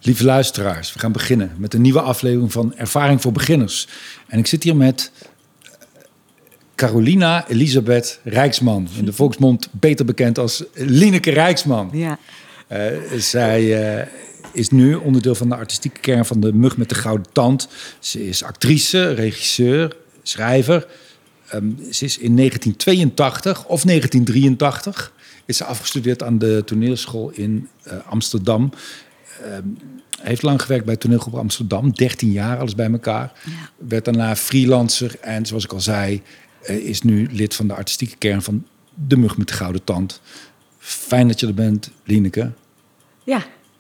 Lieve luisteraars, we gaan beginnen met een nieuwe aflevering van Ervaring voor Beginners. En ik zit hier met Carolina Elisabeth Rijksman. In de volksmond beter bekend als Lieneke Rijksman. Ja. Zij is nu onderdeel van de artistieke kern van de Mug met de Gouden Tand. Ze is actrice, regisseur, schrijver. Ze is in 1982 of 1983 is ze afgestudeerd aan de toneelschool in Amsterdam. Heeft lang gewerkt bij Toneelgroep Amsterdam, 13 jaar, alles bij elkaar. Ja. Werd daarna freelancer en zoals ik al zei, is nu lid van de artistieke kern van de Mug met de Gouden Tand. Fijn dat je er bent, Lieneke. Ja.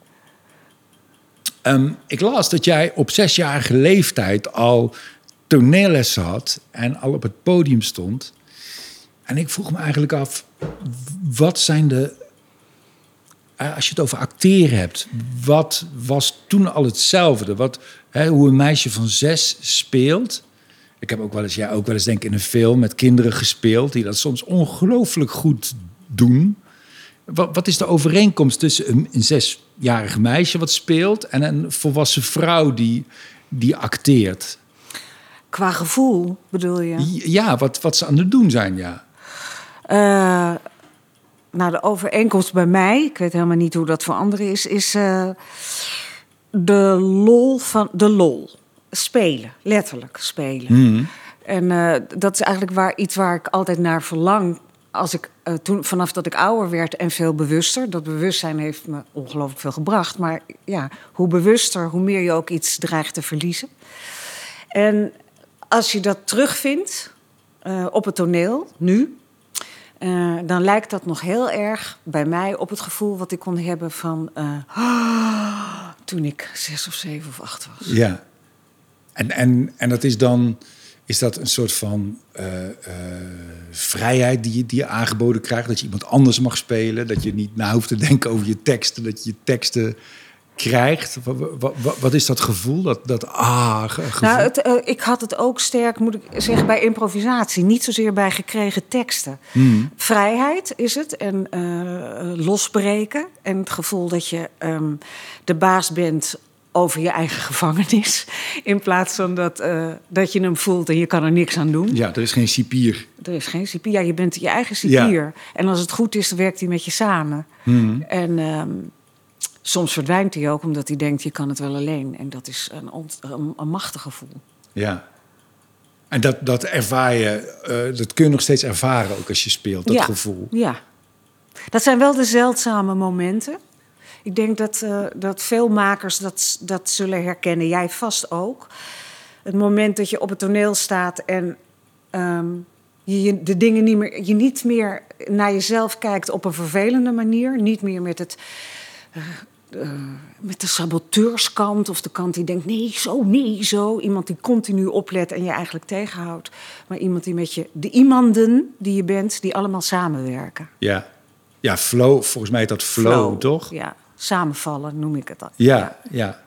Ik las dat jij op 6-jarige leeftijd al toneellessen had en al op het podium stond. En ik vroeg me eigenlijk af, wat zijn de... Als je het over acteren hebt, wat was toen al hetzelfde? Hoe een meisje van 6 speelt. Ik heb ook wel eens, denk ik, in een film met kinderen gespeeld die dat soms ongelooflijk goed doen. Wat is de overeenkomst tussen een 6-jarige meisje wat speelt en een volwassen vrouw die acteert? Qua gevoel, bedoel je? Ja, wat ze aan het doen zijn, ja. Nou, de overeenkomst bij mij, ik weet helemaal niet hoe dat voor anderen is de lol. Spelen, letterlijk spelen. Mm. En dat is eigenlijk iets waar ik altijd naar verlang. Als ik vanaf dat ik ouder werd en veel bewuster. Dat bewustzijn heeft me ongelooflijk veel gebracht. Maar ja, hoe bewuster, hoe meer je ook iets dreigt te verliezen. En als je dat terugvindt op het toneel, nu... dan lijkt dat nog heel erg bij mij op het gevoel wat ik kon hebben van... toen ik 6 of 7 of 8 was. Ja. En dat is dan... Is dat een soort van vrijheid die je aangeboden krijgt? Dat je iemand anders mag spelen? Dat je niet na hoeft te denken over je teksten? Dat je teksten krijgt? Wat is dat gevoel? Gevoel? Nou, ik had het ook sterk, moet ik zeggen, bij improvisatie. Niet zozeer bij gekregen teksten. Mm. Vrijheid is het en losbreken. En het gevoel dat je de baas bent over je eigen gevangenis. In plaats van dat je hem voelt en je kan er niks aan doen. Ja, er is geen cipier. Er is geen cipier. Ja, je bent je eigen cipier. Ja. En als het goed is, dan werkt hij met je samen. Mm. En... soms verdwijnt hij ook omdat hij denkt, je kan het wel alleen. En dat is een machtig gevoel. Ja. En dat ervaar je, dat kun je nog steeds ervaren ook als je speelt, dat gevoel. Ja. Dat zijn wel de zeldzame momenten. Ik denk dat veel makers dat zullen herkennen. Jij vast ook. Het moment dat je op het toneel staat en je de dingen niet meer naar jezelf kijkt op een vervelende manier. Niet meer met het... met de saboteurskant of de kant die denkt nee, zo. Iemand die continu oplet en je eigenlijk tegenhoudt. Maar iemand die met je... De iemanden die je bent, die allemaal samenwerken. Ja, flow. Volgens mij is dat flow, toch? Ja, samenvallen noem ik het dan. Ja.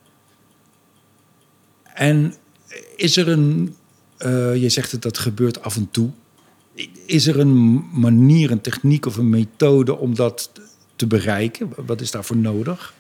En is er een... je zegt het, dat gebeurt af en toe. Is er een manier, een techniek of een methode om dat te bereiken? Wat is daarvoor nodig?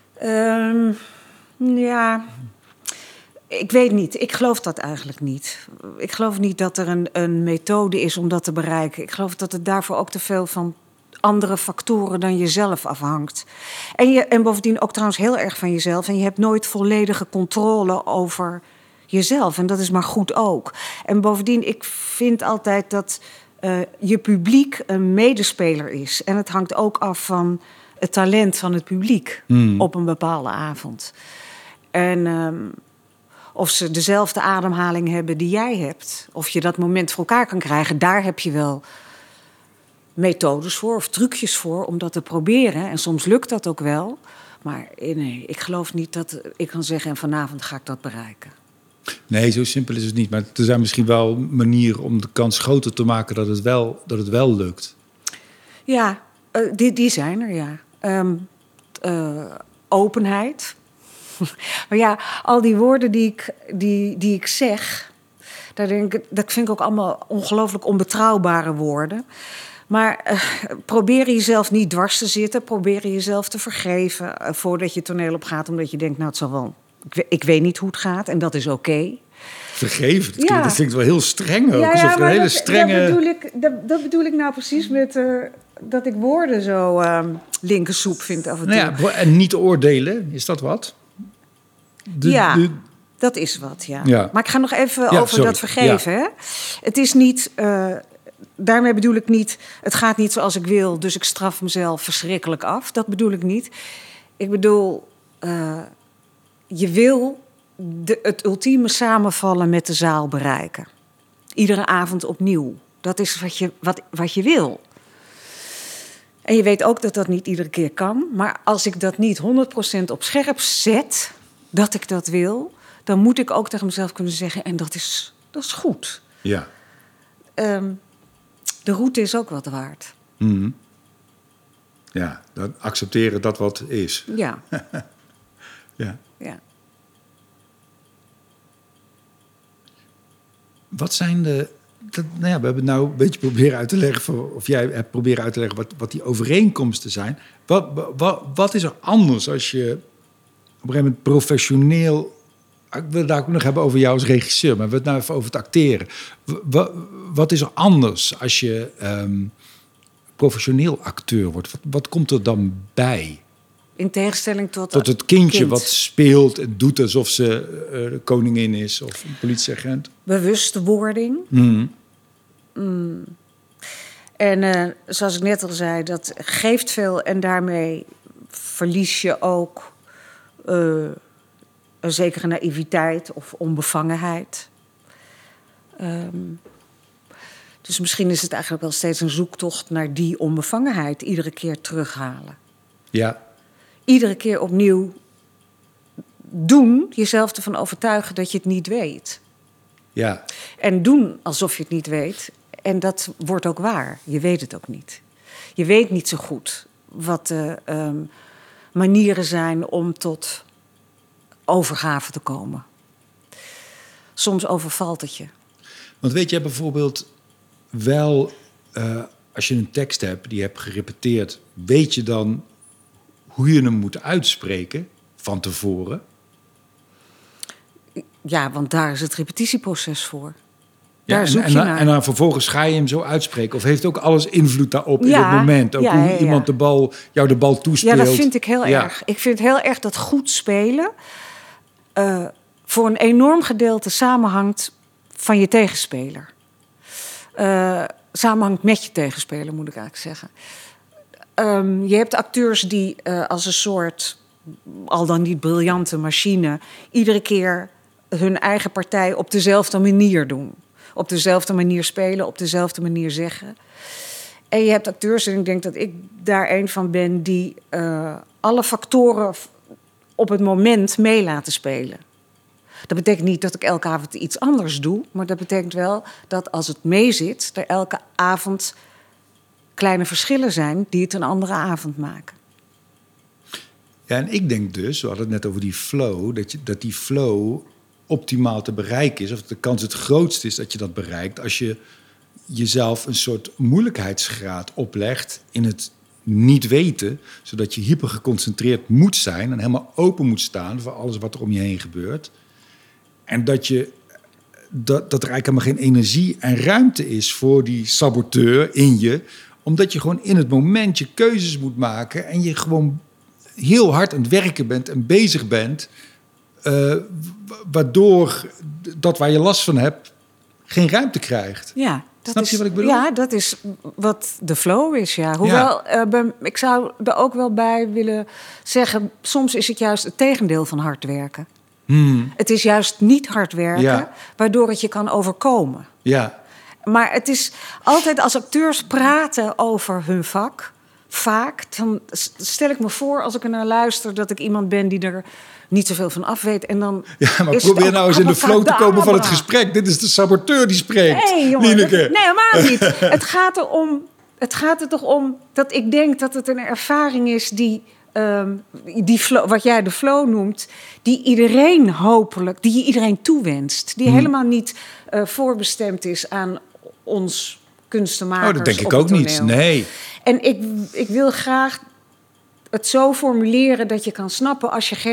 Ja, ik weet niet. Ik geloof dat eigenlijk niet. Ik geloof niet dat er een methode is om dat te bereiken. Ik geloof dat het daarvoor ook te veel van andere factoren dan jezelf afhangt. En bovendien ook trouwens heel erg van jezelf. En je hebt nooit volledige controle over jezelf. En dat is maar goed ook. En bovendien, ik vind altijd dat je publiek een medespeler is. En het hangt ook af van het talent van het publiek op een bepaalde avond. En of ze dezelfde ademhaling hebben die jij hebt, of je dat moment voor elkaar kan krijgen, daar heb je wel methodes voor of trucjes voor om dat te proberen. En soms lukt dat ook wel. Maar nee, ik geloof niet dat ik kan zeggen en vanavond ga ik dat bereiken. Nee, zo simpel is het niet. Maar er zijn misschien wel manieren om de kans groter te maken dat het wel lukt. Ja, die zijn er, ja. Openheid. Maar ja, al die woorden die ik zeg, dat vind ik ook allemaal ongelooflijk onbetrouwbare woorden. Maar probeer jezelf niet dwars te zitten. Probeer jezelf te vergeven voordat je toneel op gaat. Omdat je denkt, nou, het zal wel... Ik weet niet hoe het gaat en dat is oké. Vergeven, Ja. dat klinkt wel heel streng ook. Ja, Alsof er maar een hele dat, strenge... dat bedoel ik nou precies met dat ik woorden zo linkersoep vind af en toe. Nou ja, en niet oordelen, is dat wat? Dat is wat, ja. Ja. Maar ik ga nog even Ja, over sorry. dat vergeven. Hè? Het is niet... daarmee bedoel ik niet... Het gaat niet zoals ik wil, dus ik straf mezelf verschrikkelijk af. Dat bedoel ik niet. Ik bedoel... je wil het ultieme samenvallen met de zaal bereiken. Iedere avond opnieuw. Dat is wat je wil. En je weet ook dat dat niet iedere keer kan. Maar als ik dat niet 100% op scherp zet, dat ik dat wil... dan moet ik ook tegen mezelf kunnen zeggen... en dat is goed. Ja. De route is ook wat waard. Mm. Ja, dan accepteren dat wat is. Ja. Ja. Ja. Wat zijn de... we hebben het nou een beetje proberen uit te leggen... of jij hebt proberen uit te leggen wat die overeenkomsten zijn. Wat is er anders als je op een gegeven moment professioneel... Ik wil het daar ook nog hebben over jou als regisseur... maar we hebben het nou even over het acteren. Wat is er anders als je professioneel acteur wordt? Wat komt er dan bij? In tegenstelling tot het kindje kind. wat speelt en doet alsof ze de koningin is of een politieagent. Bewustwording. Mm. En zoals ik net al zei, dat geeft veel en daarmee verlies je ook een zekere naïviteit of onbevangenheid. Dus misschien is het eigenlijk wel steeds een zoektocht naar die onbevangenheid, iedere keer terughalen. Ja. Iedere keer opnieuw doen, jezelf ervan overtuigen dat je het niet weet. Ja. En doen alsof je het niet weet. En dat wordt ook waar. Je weet het ook niet. Je weet niet zo goed wat de manieren zijn om tot overgave te komen. Soms overvalt het je. Want weet je bijvoorbeeld wel, als je een tekst hebt die je hebt gerepeteerd, weet je dan hoe je hem moet uitspreken van tevoren? Ja, want daar is het repetitieproces voor. Ja, daar zoek je naar. En dan vervolgens ga je hem zo uitspreken? Of heeft ook alles invloed daarop in Ja, het moment? Ook ja, hoe ja. iemand jou de bal toespeelt? Ja, dat vind ik heel Ja. erg. Ik vind heel erg dat goed spelen voor een enorm gedeelte samenhangt van je tegenspeler. Samenhangt met je tegenspeler, moet ik eigenlijk zeggen. Je hebt acteurs die als een soort, al dan niet briljante machine, iedere keer hun eigen partij op dezelfde manier doen. Op dezelfde manier spelen, op dezelfde manier zeggen. En je hebt acteurs, en ik denk dat ik daar een van ben, die alle factoren op het moment mee laten spelen. Dat betekent niet dat ik elke avond iets anders doe, maar dat betekent wel dat als het meezit, er elke avond kleine verschillen zijn die het een andere avond maken. Ja, en ik denk dus, we hadden het net over die flow, dat die flow optimaal te bereiken is, of de kans het grootst is dat je dat bereikt, als je jezelf een soort moeilijkheidsgraad oplegt in het niet weten, zodat je hyper geconcentreerd moet zijn en helemaal open moet staan voor alles wat er om je heen gebeurt. En dat er eigenlijk helemaal geen energie en ruimte is voor die saboteur in je, omdat je gewoon in het moment je keuzes moet maken en je gewoon heel hard aan het werken bent en bezig bent, waardoor dat waar je last van hebt geen ruimte krijgt. Ja, Snap je wat ik bedoel? Ja, dat is wat de flow is, ja. Hoewel, ik zou er ook wel bij willen zeggen, soms is het juist het tegendeel van hard werken. Het is juist niet hard werken, waardoor het je kan overkomen. Ja. Maar het is altijd als acteurs praten over hun vak, vaak, dan stel ik me voor als ik er naar luister dat ik iemand ben die er niet zoveel van af weet. En dan Ja, maar probeer nou eens in de flow te komen van het gesprek. Dit is de saboteur die spreekt. Nee, jongen. Lieneke. Nee, helemaal niet. Het gaat er toch om dat ik denk dat het een ervaring is die flow, wat jij de flow noemt, die je iedereen toewenst. Die helemaal niet voorbestemd is aan ons kunstenmakers. Oh, dat denk ik op het ook niet. toneel. Nee. En ik wil graag het zo formuleren dat je kan snappen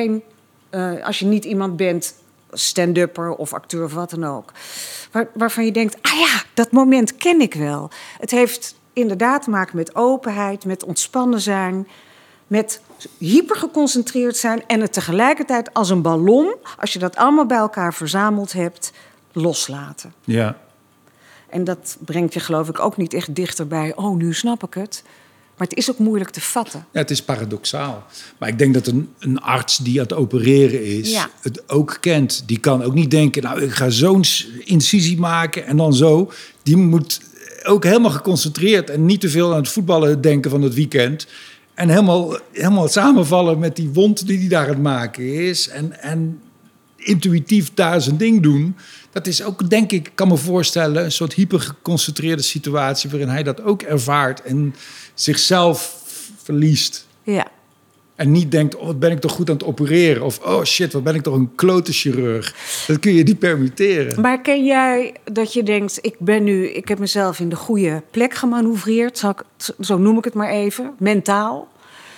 als je niet iemand bent, stand-upper of acteur of wat dan ook. Waarvan je denkt, dat moment ken ik wel. Het heeft inderdaad te maken met openheid, met ontspannen zijn, met hyper geconcentreerd zijn en het tegelijkertijd als een ballon, als je dat allemaal bij elkaar verzameld hebt, loslaten. Ja. En dat brengt je geloof ik ook niet echt dichterbij. Oh, nu snap ik het. Maar het is ook moeilijk te vatten. Ja, het is paradoxaal. Maar ik denk dat een arts die aan het opereren is, het ook kent. Die kan ook niet denken, nou, ik ga zo'n incisie maken en dan zo. Die moet ook helemaal geconcentreerd en niet te veel aan het voetballen denken van het weekend. En helemaal samenvallen met die wond die hij daar aan het maken is. En intuïtief daar zijn ding doen. Dat is ook, denk ik, kan me voorstellen, een soort hypergeconcentreerde situatie waarin hij dat ook ervaart en zichzelf verliest. Ja. En niet denkt, wat ben ik toch goed aan het opereren? Of, oh shit, wat ben ik toch een klote chirurg? Dat kun je niet permitteren. Maar ken jij dat je denkt, ik heb mezelf in de goede plek gemanoeuvreerd, zo noem ik het maar even, mentaal.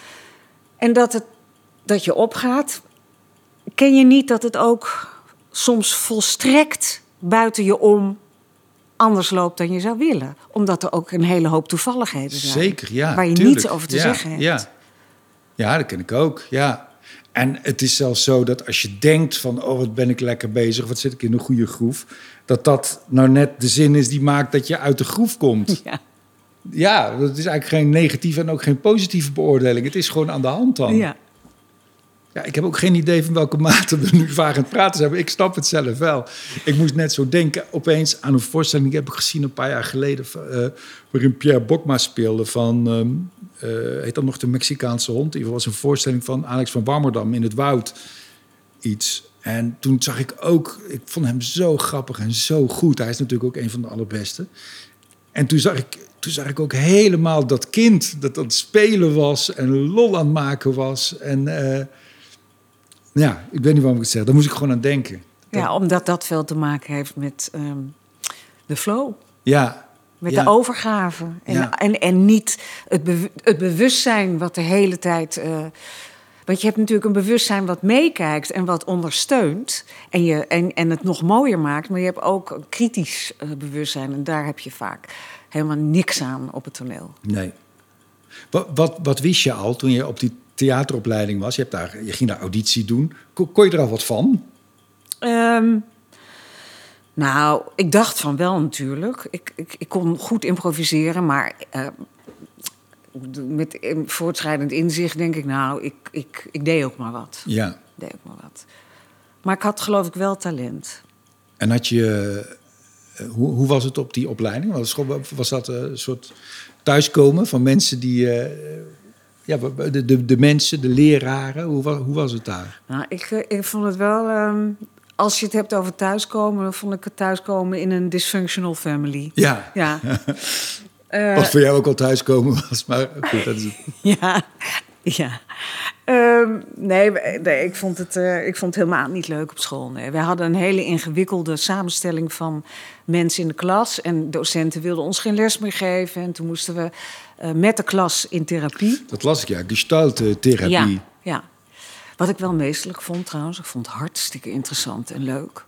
En dat je opgaat. Ken je niet dat het ook soms volstrekt buiten je om anders loopt dan je zou willen? Omdat er ook een hele hoop toevalligheden zijn. Zeker, ja. Waar je tuurlijk. niets over te zeggen hebt. Ja, dat ken ik ook, ja. En het is zelfs zo dat als je denkt van, oh, wat ben ik lekker bezig, wat zit ik in een goede groef, dat nou net de zin is die maakt dat je uit de groef komt. Ja. Ja, dat is eigenlijk geen negatieve en ook geen positieve beoordeling. Het is gewoon aan de hand dan. Ja. Ja, ik heb ook geen idee van welke mate we nu vaak aan het praten zijn. Ik snap het zelf wel. Ik moest net zo denken opeens aan een voorstelling die ik heb gezien een paar jaar geleden, waarin Pierre Bokma speelde van, heet dat nog De Mexicaanse Hond? Het was een voorstelling van Alex van Warmerdam in het Woud. Iets. En toen zag ik ook, ik vond hem zo grappig en zo goed. Hij is natuurlijk ook een van de allerbeste. En toen zag ik ook helemaal dat kind dat aan het spelen was en lol aan het maken was. En ja, ik weet niet waarom ik het zeg. Daar moest ik gewoon aan denken. Ja, omdat dat veel te maken heeft met de flow. Ja. Met de overgave. En niet het bewustzijn wat de hele tijd... want je hebt natuurlijk een bewustzijn wat meekijkt en wat ondersteunt. En het nog mooier maakt. Maar je hebt ook een kritisch bewustzijn. En daar heb je vaak helemaal niks aan op het toneel. Nee. Wat wist je al toen je op die theateropleiding was? Je ging daar auditie doen. Kon je er al wat van? Nou, ik dacht van wel natuurlijk. Ik kon goed improviseren, maar met voortschrijdend inzicht denk ik, nou, ik deed ook maar wat. Ja. Deed ook maar wat. Maar ik had geloof ik wel talent. En had je... Hoe was het op die opleiding? Was dat een soort thuiskomen van mensen die... de mensen, de leraren, hoe was het daar? Nou, ik vond het wel... als je het hebt over thuiskomen, dan vond ik het thuiskomen in een dysfunctional family. Ja. Ja. Wat voor jou ook al thuiskomen was, maar goed, dat is het. Ja. Nee, ik vond het helemaal niet leuk op school. Nee. Wij hadden een hele ingewikkelde samenstelling van mensen in de klas. En docenten wilden ons geen les meer geven. En toen moesten we met de klas in therapie. Dat las ik, ja. Gestalttherapie. Ja. Wat ik wel meestelijk vond trouwens. Ik vond het hartstikke interessant en leuk.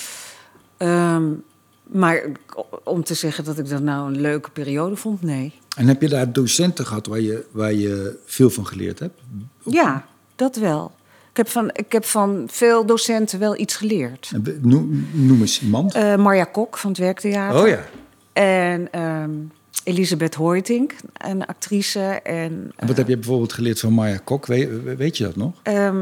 Maar om te zeggen dat ik dat nou een leuke periode vond, nee. En heb je daar docenten gehad waar je veel van geleerd hebt? Ja, dat wel. Ik heb van veel docenten wel iets geleerd. Noem eens iemand. Marja Kok van het Werktheater. Oh ja. En Elisabeth Hoytink, een actrice. En wat heb je bijvoorbeeld geleerd van Marja Kok? Weet je dat nog?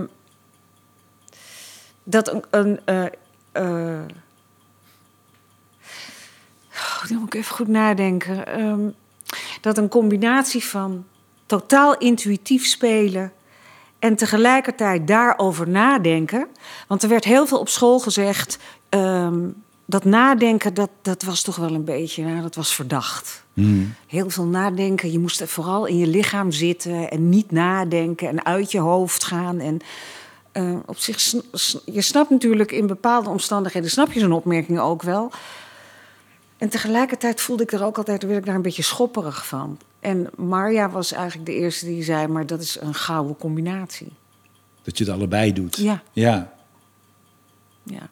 Dan moet ik even goed nadenken. Dat een combinatie van totaal intuïtief spelen en tegelijkertijd daarover nadenken. Want er werd heel veel op school gezegd. Dat nadenken, dat was toch wel een beetje, dat was verdacht. Heel veel nadenken. Je moest vooral in je lichaam zitten en niet nadenken en uit je hoofd gaan. En op zich, je snapt natuurlijk in bepaalde omstandigheden, snap je zo'n opmerking ook wel. En tegelijkertijd voelde ik er ook altijd, werd ik daar een beetje schopperig van. En Marja was eigenlijk de eerste die zei, maar dat is een gouden combinatie. Dat je het allebei doet. Ja. Ja. Ja.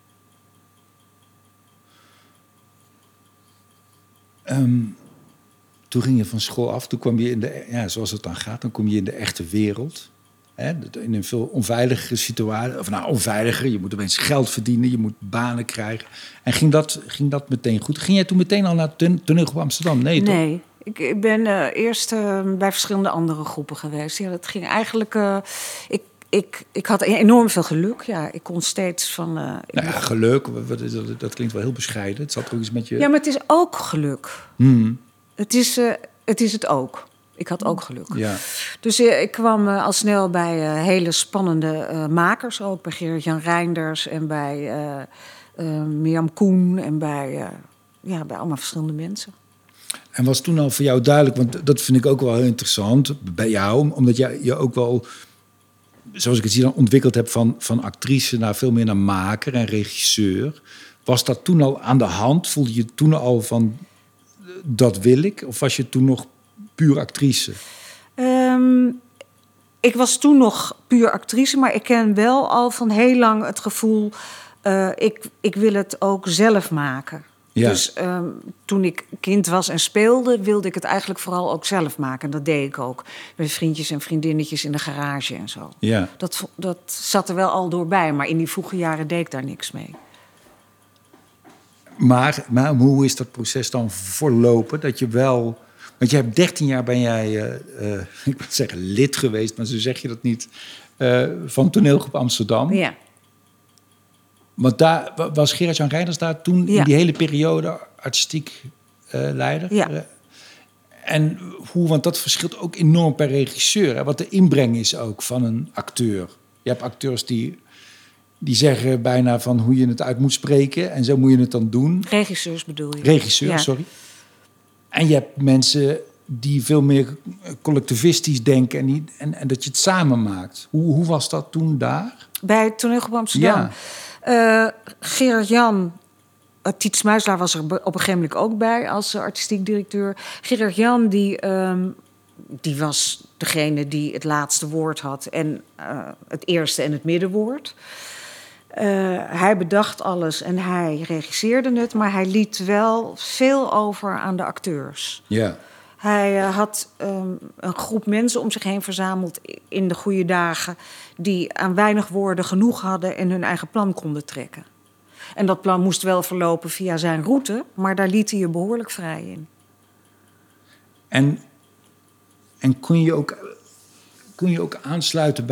Toen ging je van school af, toen kwam je in de, ja, zoals het dan gaat, dan kom je in de echte wereld. Hè, in een veel onveiligere situatie. Of nou, onveiliger, je moet opeens geld verdienen, je moet banen krijgen. En ging dat meteen goed? Ging jij toen meteen al naar Toneelgroep Amsterdam? Nee, toch? Nee, ik ben eerst bij verschillende andere groepen geweest. Ja, dat ging eigenlijk... Ik had enorm veel geluk. Ja, ik kon steeds van... Nou ja, geluk, dat klinkt wel heel bescheiden. Het zat er ook iets met je... Ja, maar het is ook geluk. Het is het ook. Ik had ook geluk. Ja. Dus ik kwam al snel bij hele spannende makers ook. Bij Gerard-Jan Reinders en bij Mirjam Koen en bij allemaal verschillende mensen. En was toen al voor jou duidelijk, want dat vind ik ook wel heel interessant bij jou, omdat je ook wel, zoals ik het zie, dan ontwikkeld hebt van actrice naar veel meer naar maker en regisseur. Was dat toen al aan de hand? Voelde je toen al van, dat wil ik? Of was je toen nog puur actrice? Ik was toen nog puur actrice, maar ik ken wel al van heel lang het gevoel, ik wil het ook zelf maken. Ja. Dus toen ik kind was en speelde, wilde ik het eigenlijk vooral ook zelf maken. En dat deed ik ook. Met vriendjes en vriendinnetjes in de garage en zo. Ja. Dat zat er wel al doorbij, maar in die vroege jaren deed ik daar niks mee. Maar hoe is dat proces dan verlopen? Dat je wel... Want je hebt 13 jaar ben jij, ik wil zeggen lid geweest, maar zo zeg je dat niet, van Toneelgroep Amsterdam. Ja. Want daar was Gerard-Jan Reinders daar toen in die hele periode artistiek leider. Ja. En want dat verschilt ook enorm per regisseur. Hè, wat de inbreng is ook van een acteur. Je hebt acteurs die zeggen bijna van hoe je het uit moet spreken. En zo moet je het dan doen. Regisseurs bedoel je? Regisseurs, ja. Sorry. En je hebt mensen die veel meer collectivistisch denken en dat je het samen maakt. Hoe was dat toen daar? Bij Toneelgroep Amsterdam? Ja. Gerard-Jan, Tiet Muiselaar was er op een gegeven moment ook bij als artistiek directeur. Gerard-Jan die was degene die het laatste woord had en het eerste en het middenwoord. Hij bedacht alles en hij regisseerde het, maar hij liet wel veel over aan de acteurs. Ja. Hij had een groep mensen om zich heen verzameld in de goede dagen die aan weinig woorden genoeg hadden en hun eigen plan konden trekken. En dat plan moest wel verlopen via zijn route, maar daar liet hij je behoorlijk vrij in. En kon je ook aansluiten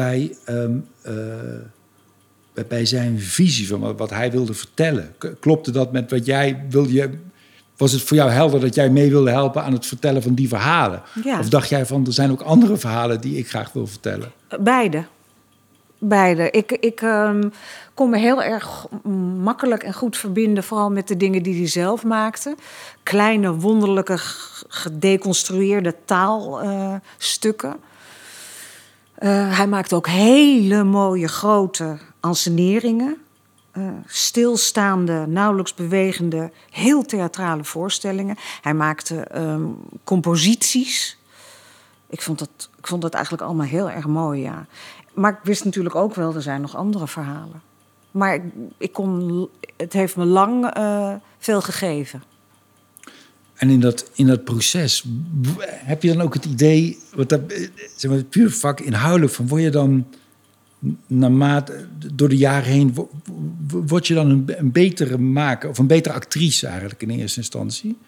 bij zijn visie van wat hij wilde vertellen? Klopte dat met wat jij wilde? Was het voor jou helder dat jij mee wilde helpen aan het vertellen van die verhalen? Ja. Of dacht jij van, er zijn ook andere verhalen die ik graag wil vertellen? Beide. Ik kon me heel erg makkelijk en goed verbinden, vooral met de dingen die hij zelf maakte. Kleine, wonderlijke, gedeconstrueerde taalstukken. Hij maakte ook hele mooie, grote anseneringen. Stilstaande, nauwelijks bewegende, heel theatrale voorstellingen. Hij maakte composities. Ik vond dat eigenlijk allemaal heel erg mooi, ja. Maar ik wist natuurlijk ook wel, er zijn nog andere verhalen. Maar het heeft me lang veel gegeven. En in dat proces, heb je dan ook het idee, zeg maar, het puur vak inhoudelijk, van word je dan naarmate door de jaren heen, word je dan een betere maker of een betere actrice eigenlijk in eerste instantie?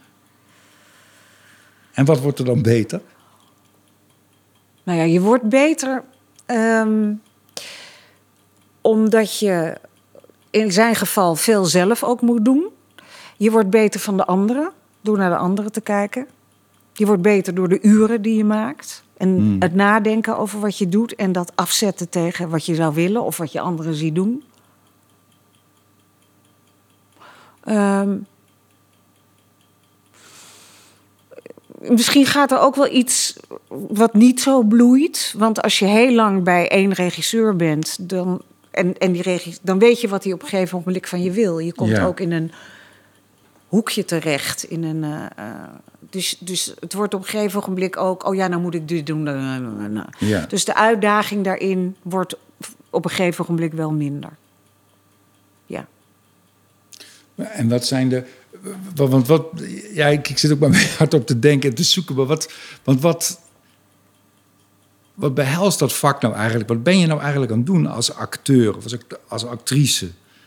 En wat wordt er dan beter? Nou ja, je wordt beter omdat je in zijn geval veel zelf ook moet doen. Je wordt beter van de anderen door naar de anderen te kijken. Je wordt beter door de uren die je maakt. En het nadenken over wat je doet en dat afzetten tegen wat je zou willen of wat je anderen ziet doen. Misschien gaat er ook wel iets wat niet zo bloeit. Want als je heel lang bij één regisseur bent, dan weet je wat hij op een gegeven moment van je wil. Je komt ook in hoekje terecht. Dus het wordt op een gegeven ogenblik ook... oh ja, nou moet ik dit doen. Ja. Dus de uitdaging daarin wordt op een gegeven ogenblik wel minder. Ja. En wat zijn de... Want wat... Ja, ik zit ook maar mee hard op te denken en te zoeken. Maar wat behelst dat vak nou eigenlijk? Wat ben je nou eigenlijk aan het doen als acteur of als actrice?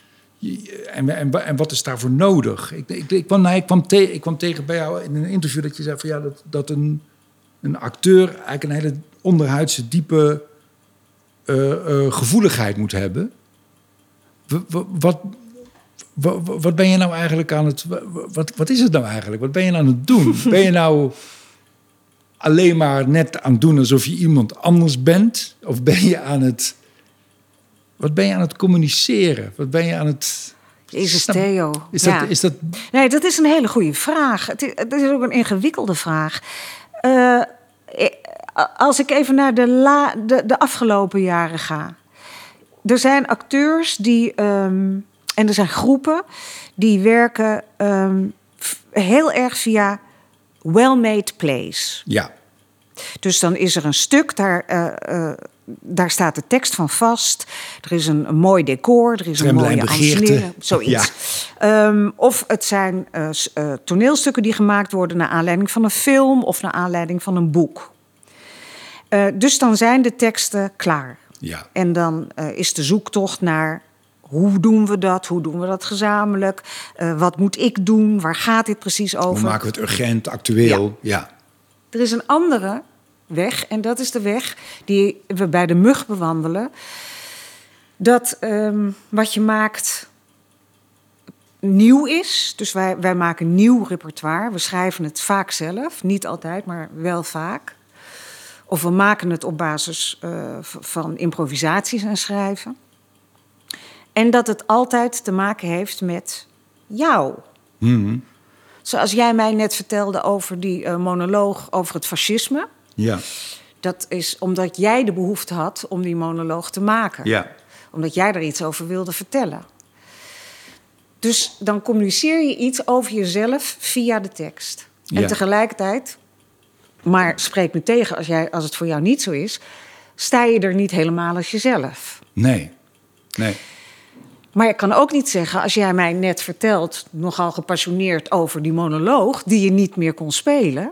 En wat is daarvoor nodig? Ik kwam tegen bij jou in een interview dat je zei van ja, dat een acteur eigenlijk een hele onderhuidse, diepe gevoeligheid moet hebben. Wat ben je nou eigenlijk aan het... Wat is het nou eigenlijk? Wat ben je nou aan het doen? Ben je nou alleen maar net aan het doen alsof je iemand anders bent? Of ben je aan het... Wat ben je aan het communiceren? Wat ben je aan het... Jezus, Theo. Is dat... Nee, dat is een hele goede vraag. Het is ook een ingewikkelde vraag. Als ik even naar de afgelopen jaren ga. Er zijn acteurs die... en er zijn groepen die werken heel erg via well-made plays. Ja. Dus dan is er een stuk, daar staat de tekst van vast. Er is een mooi decor, er is een mooie ansenering, zoiets. Ja. Of het zijn toneelstukken die gemaakt worden naar aanleiding van een film of naar aanleiding van een boek. Dus dan zijn de teksten klaar. Ja. En dan is de zoektocht naar hoe doen we dat? Hoe doen we dat gezamenlijk? Wat moet ik doen? Waar gaat dit precies over? Hoe maken we het urgent, actueel? Ja. Er is een andere weg, en dat is de weg die we bij de Mug bewandelen. Dat wat je maakt nieuw is. Dus wij maken nieuw repertoire. We schrijven het vaak zelf. Niet altijd, maar wel vaak. Of we maken het op basis van improvisaties en schrijven. En dat het altijd te maken heeft met jou. Mm-hmm. Zoals jij mij net vertelde over die monoloog over het fascisme. Ja. Dat is omdat jij de behoefte had om die monoloog te maken. Ja. Omdat jij er iets over wilde vertellen. Dus dan communiceer je iets over jezelf via de tekst. Ja. En tegelijkertijd, maar spreek me tegen als het voor jou niet zo is, sta je er niet helemaal als jezelf. Nee. Maar ik kan ook niet zeggen, als jij mij net vertelt, nogal gepassioneerd over die monoloog, die je niet meer kon spelen.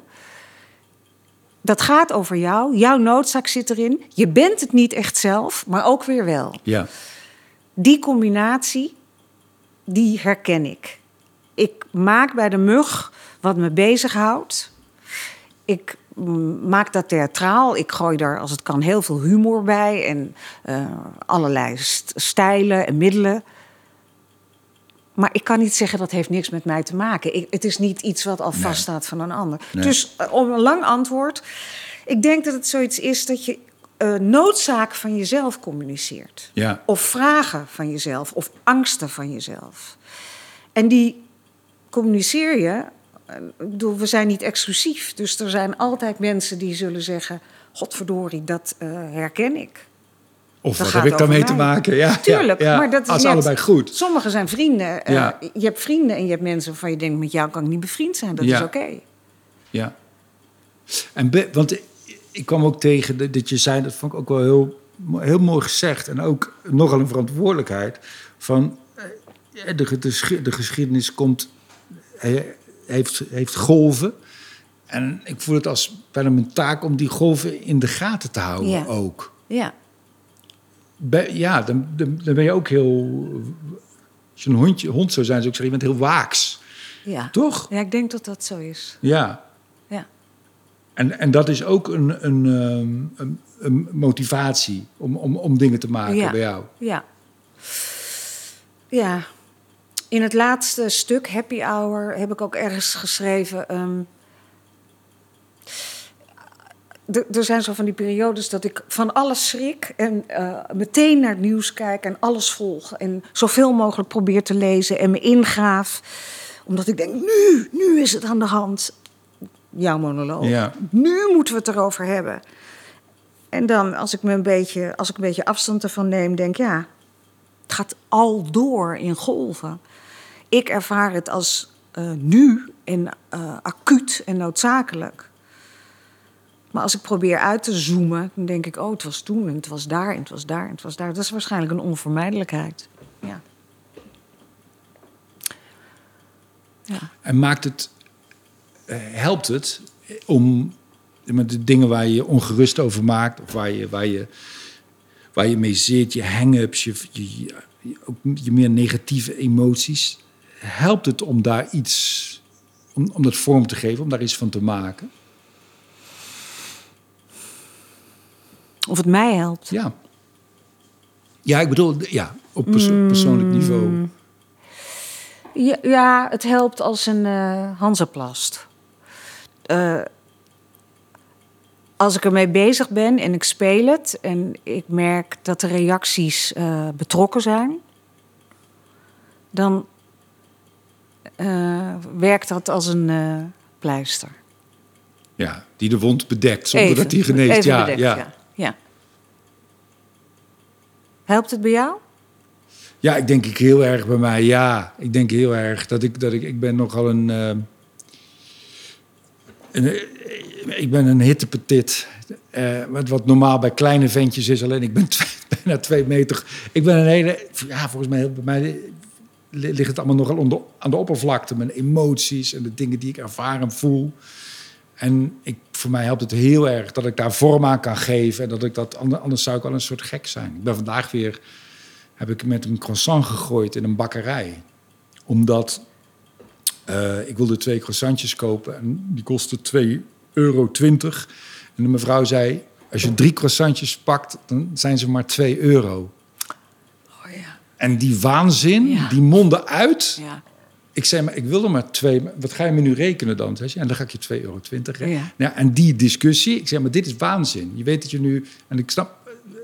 Dat gaat over jou, jouw noodzaak zit erin. Je bent het niet echt zelf, maar ook weer wel. Ja. Die combinatie, die herken ik. Ik maak bij de Mug wat me bezighoudt. Ik maak dat theatraal. Ik gooi daar, als het kan, heel veel humor bij. En allerlei stijlen en middelen. Maar ik kan niet zeggen, dat heeft niks met mij te maken. Het is niet iets wat al vaststaat van een ander. Nee. Dus om een lang antwoord. Ik denk dat het zoiets is dat je noodzaken van jezelf communiceert. Ja. Of vragen van jezelf. Of angsten van jezelf. En die communiceer je. Ik bedoel, we zijn niet exclusief. Dus er zijn altijd mensen die zullen zeggen, godverdorie, dat herken ik. Of dat wat heb ik daarmee te maken? Ja, tuurlijk, ja. maar dat is als net, allebei goed. Sommigen zijn vrienden. Ja. Je hebt vrienden en je hebt mensen waarvan je denkt, met jou kan ik niet bevriend zijn. Dat is oké. Ja. Want ik kwam ook tegen dat je zei, dat vond ik ook wel heel mooi gezegd. En ook nogal een verantwoordelijkheid. Van de geschiedenis heeft golven. En ik voel het als bijna mijn taak om die golven in de gaten te houden ook. Ja. Dan ben je ook heel... Als je een hond zou zijn, zou ik zeggen, je bent heel waaks. Ja. Toch? Ja, ik denk dat dat zo is. Ja. Ja. En dat is ook een motivatie om dingen te maken bij jou. Ja. Ja. In het laatste stuk, Happy Hour, heb ik ook ergens geschreven... Er zijn zo van die periodes dat ik van alles schrik en meteen naar het nieuws kijk en alles volg. En zoveel mogelijk probeer te lezen en me ingraaf. Omdat ik denk, nu is het aan de hand. Jouw monoloog. Ja. Nu moeten we het erover hebben. En dan, als ik een beetje afstand ervan neem, denk ja, het gaat al door in golven. Ik ervaar het als nu en acuut en noodzakelijk. Maar als ik probeer uit te zoomen, dan denk ik... oh, het was toen en het was daar en het was daar en het was daar. Dat is waarschijnlijk een onvermijdelijkheid. Ja. Ja. En helpt het om met de dingen waar je ongerust over maakt... of waar je mee zit, je hang-ups, je meer negatieve emoties... helpt het om daar iets, om dat vorm te geven, om daar iets van te maken? Of het mij helpt? Ja. Ja, ik bedoel, op persoonlijk niveau. Ja, het helpt als een Hansaplast. Als ik ermee bezig ben en ik speel het... en ik merk dat de reacties betrokken zijn... dan werkt dat als een pleister. Ja, die de wond bedekt zonder dat die geneest. Ja, bedekt, ja. Helpt het bij jou? Ja, ik denk heel erg bij mij. Ja, ik denk heel erg dat ik ben nogal ik ben een hittepetit. Wat normaal bij kleine ventjes is. Alleen ik ben bijna 2 meter. Ik ben een hele... Ja, volgens mij bij mij ligt het allemaal nogal aan de oppervlakte. Mijn emoties en de dingen die ik ervaar en voel. En voor mij helpt het heel erg dat ik daar vorm aan kan geven. En dat ik dat... Anders zou ik wel een soort gek zijn. Ik ben vandaag weer... heb ik met een croissant gegooid in een bakkerij. Omdat ik wilde 2 croissantjes kopen en die kostten €2,20. En de mevrouw zei, als je 3 croissantjes pakt, dan zijn ze maar €2. Oh ja. En die waanzin, die mondde uit. Ja. Ik zei, maar ik wil er maar 2. Wat ga je me nu rekenen dan? Zei ze, en dan ga ik je €2,20 rekenen. Ja. Nou, en die discussie, ik zei, maar dit is waanzin. Je weet dat je nu... En ik snap...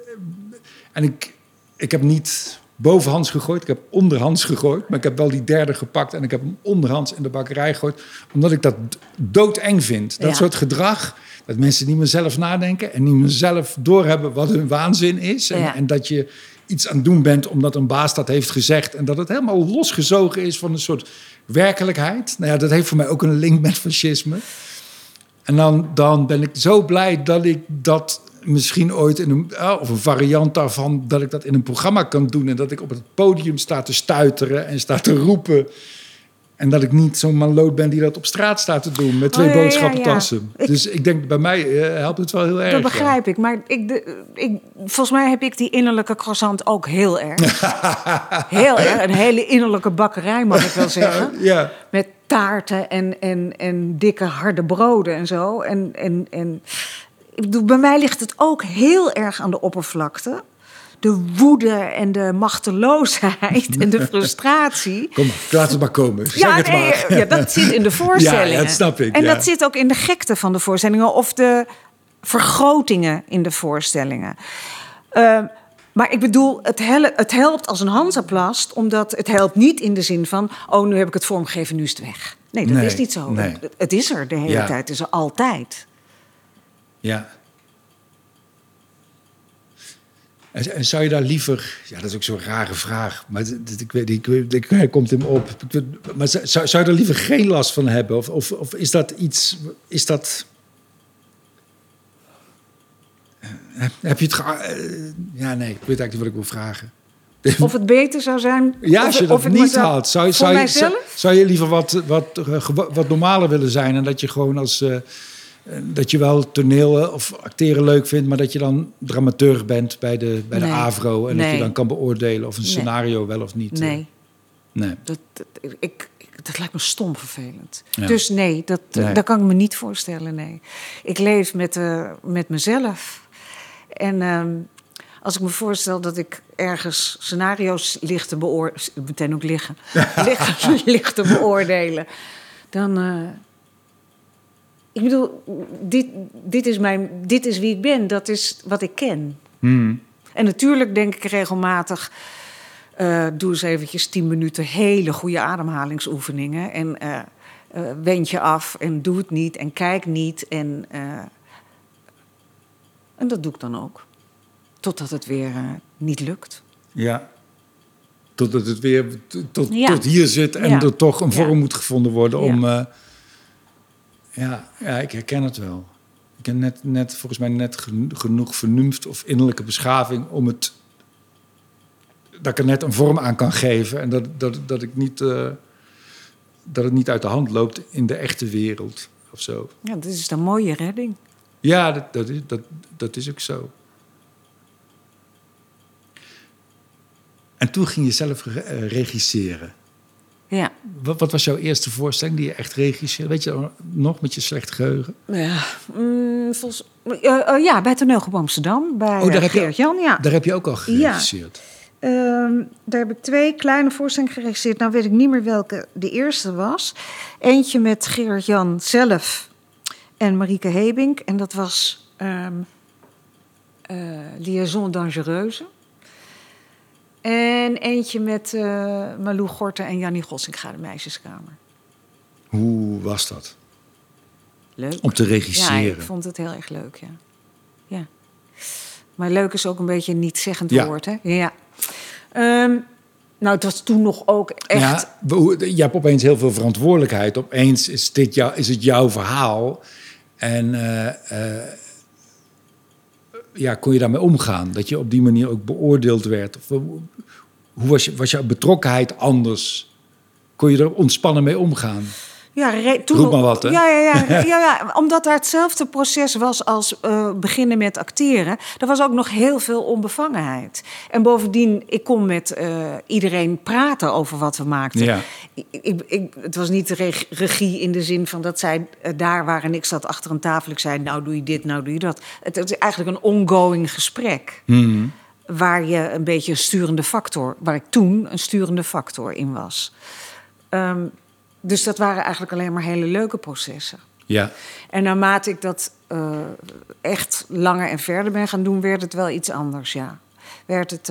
En ik heb niet bovenhands gegooid, ik heb onderhands gegooid. Maar ik heb wel die derde gepakt en ik heb hem onderhands in de bakkerij gegooid. Omdat ik dat doodeng vind. Dat soort gedrag, dat mensen niet meer zelf nadenken... en niet meer zelf doorhebben wat hun waanzin is. En dat je iets aan het doen bent omdat een baas dat heeft gezegd... en dat het helemaal losgezogen is van een soort werkelijkheid. Nou ja, dat heeft voor mij ook een link met fascisme. En dan ben ik zo blij dat ik dat... misschien ooit of een variant daarvan... dat ik dat in een programma kan doen... en dat ik op het podium sta te stuiteren en sta te roepen... en dat ik niet zo'n manloot ben die dat op straat staat te doen... met 2 boodschappentassen. Ja. Dus ik denk, bij mij helpt het wel heel erg. Dat begrijp ik, maar volgens mij heb ik die innerlijke croissant ook heel erg. Heel erg, een hele innerlijke bakkerij, mag ik wel zeggen. Ja. Met taarten en dikke harde broden en zo. En ik bedoel, bij mij ligt het ook heel erg aan de oppervlakte. De woede en de machteloosheid en de frustratie. Kom, laat het maar komen. Ja, dat zit in de voorstellingen. Ja, dat snap ik. En dat zit ook in de gekte van de voorstellingen... of de vergrotingen in de voorstellingen. Maar ik bedoel, het helpt als een Hansaplast... omdat het helpt niet in de zin van... oh, nu heb ik het vormgegeven, nu is het weg. Nee, dat is niet zo. Nee. Het is er de hele tijd, het is er altijd. Ja. En zou je daar liever... Ja, dat is ook zo'n rare vraag. Maar hij komt hem op. Maar zou je daar liever geen last van hebben? Of is dat iets... Is dat... Heb je het... Ja, nee, ik weet eigenlijk niet wat ik wil vragen. Of het beter zou zijn... Ja, als je dat niet haalt. Zou je liever wat normaler willen zijn... en dat je gewoon als... dat je wel toneel of acteren leuk vindt... maar dat je dan dramaturg bent bij de AVRO... en dat je dan kan beoordelen of een scenario wel of niet. Nee. Dat lijkt me stom vervelend. Ja. Dus dat kan ik me niet voorstellen, nee. Ik leef met mezelf. En als ik me voorstel dat ik ergens scenario's ligt te beoordelen... meteen ook liggen. Ligt te beoordelen. Dan... ik bedoel, dit is wie ik ben. Dat is wat ik ken. En natuurlijk denk ik regelmatig... doe eens eventjes 10 minuten hele goede ademhalingsoefeningen. En wend je af en doe het niet en kijk niet. En dat doe ik dan ook. Totdat het weer niet lukt. Ja. Totdat het weer tot hier zit en Ja. er toch een vorm Ja. moet gevonden worden om... Ja. Ja, ik herken het wel. Ik heb volgens mij net genoeg vernuft of innerlijke beschaving om het... Dat ik er net een vorm aan kan geven en dat ik niet... dat het niet uit de hand loopt in de echte wereld of zo. Ja, dat is een mooie redding. Ja, dat is ook zo. En toen ging je zelf regisseren. Ja. Wat was jouw eerste voorstelling die je echt regisseerde? Weet je nog, met je slecht geheugen? Ja, bij Toneelgroep Amsterdam. Bij daar heb je- Geert-Jan, ja. Daar heb je ook al geregisseerd. Daar heb ik 2 kleine voorstellingen geregisseerd. Nou weet ik niet meer welke de eerste was. Eentje met Geert-Jan zelf en Marieke Hebink. En dat was Liaison Dangereuse. En eentje met Malou Gorten en Jannie Gossinga, de Meisjeskamer. Hoe was dat? Leuk. Om te Ja, regisseren. ik vond het heel erg leuk, ja. Maar leuk is ook een beetje een niet-zeggend Ja. woord, hè? Ja. Nou, het was toen nog ook echt... Ja, je hebt opeens heel veel verantwoordelijkheid. Opeens is het jouw verhaal. En kon je daarmee omgaan? Dat je op die manier ook beoordeeld werd? Of, hoe was jouw betrokkenheid anders? Kon je er ontspannen mee omgaan? Ja, toen Roep maar wat, hè? Ja, omdat daar hetzelfde proces was als beginnen met acteren. Er was ook nog heel veel onbevangenheid. En bovendien, ik kon met iedereen praten over wat we maakten. Ja. Het was niet de regie in de zin van dat zij daar waren en ik zat achter een tafel. Ik zei, nou doe je dit, nou doe je dat. Het is eigenlijk een ongoing gesprek. Hmm. Waar je een beetje een sturende factor... waar ik toen een sturende factor in was. Dus dat waren eigenlijk alleen maar hele leuke processen. Ja. En naarmate ik dat echt langer en verder ben gaan doen... werd het wel iets anders, ja. Werd het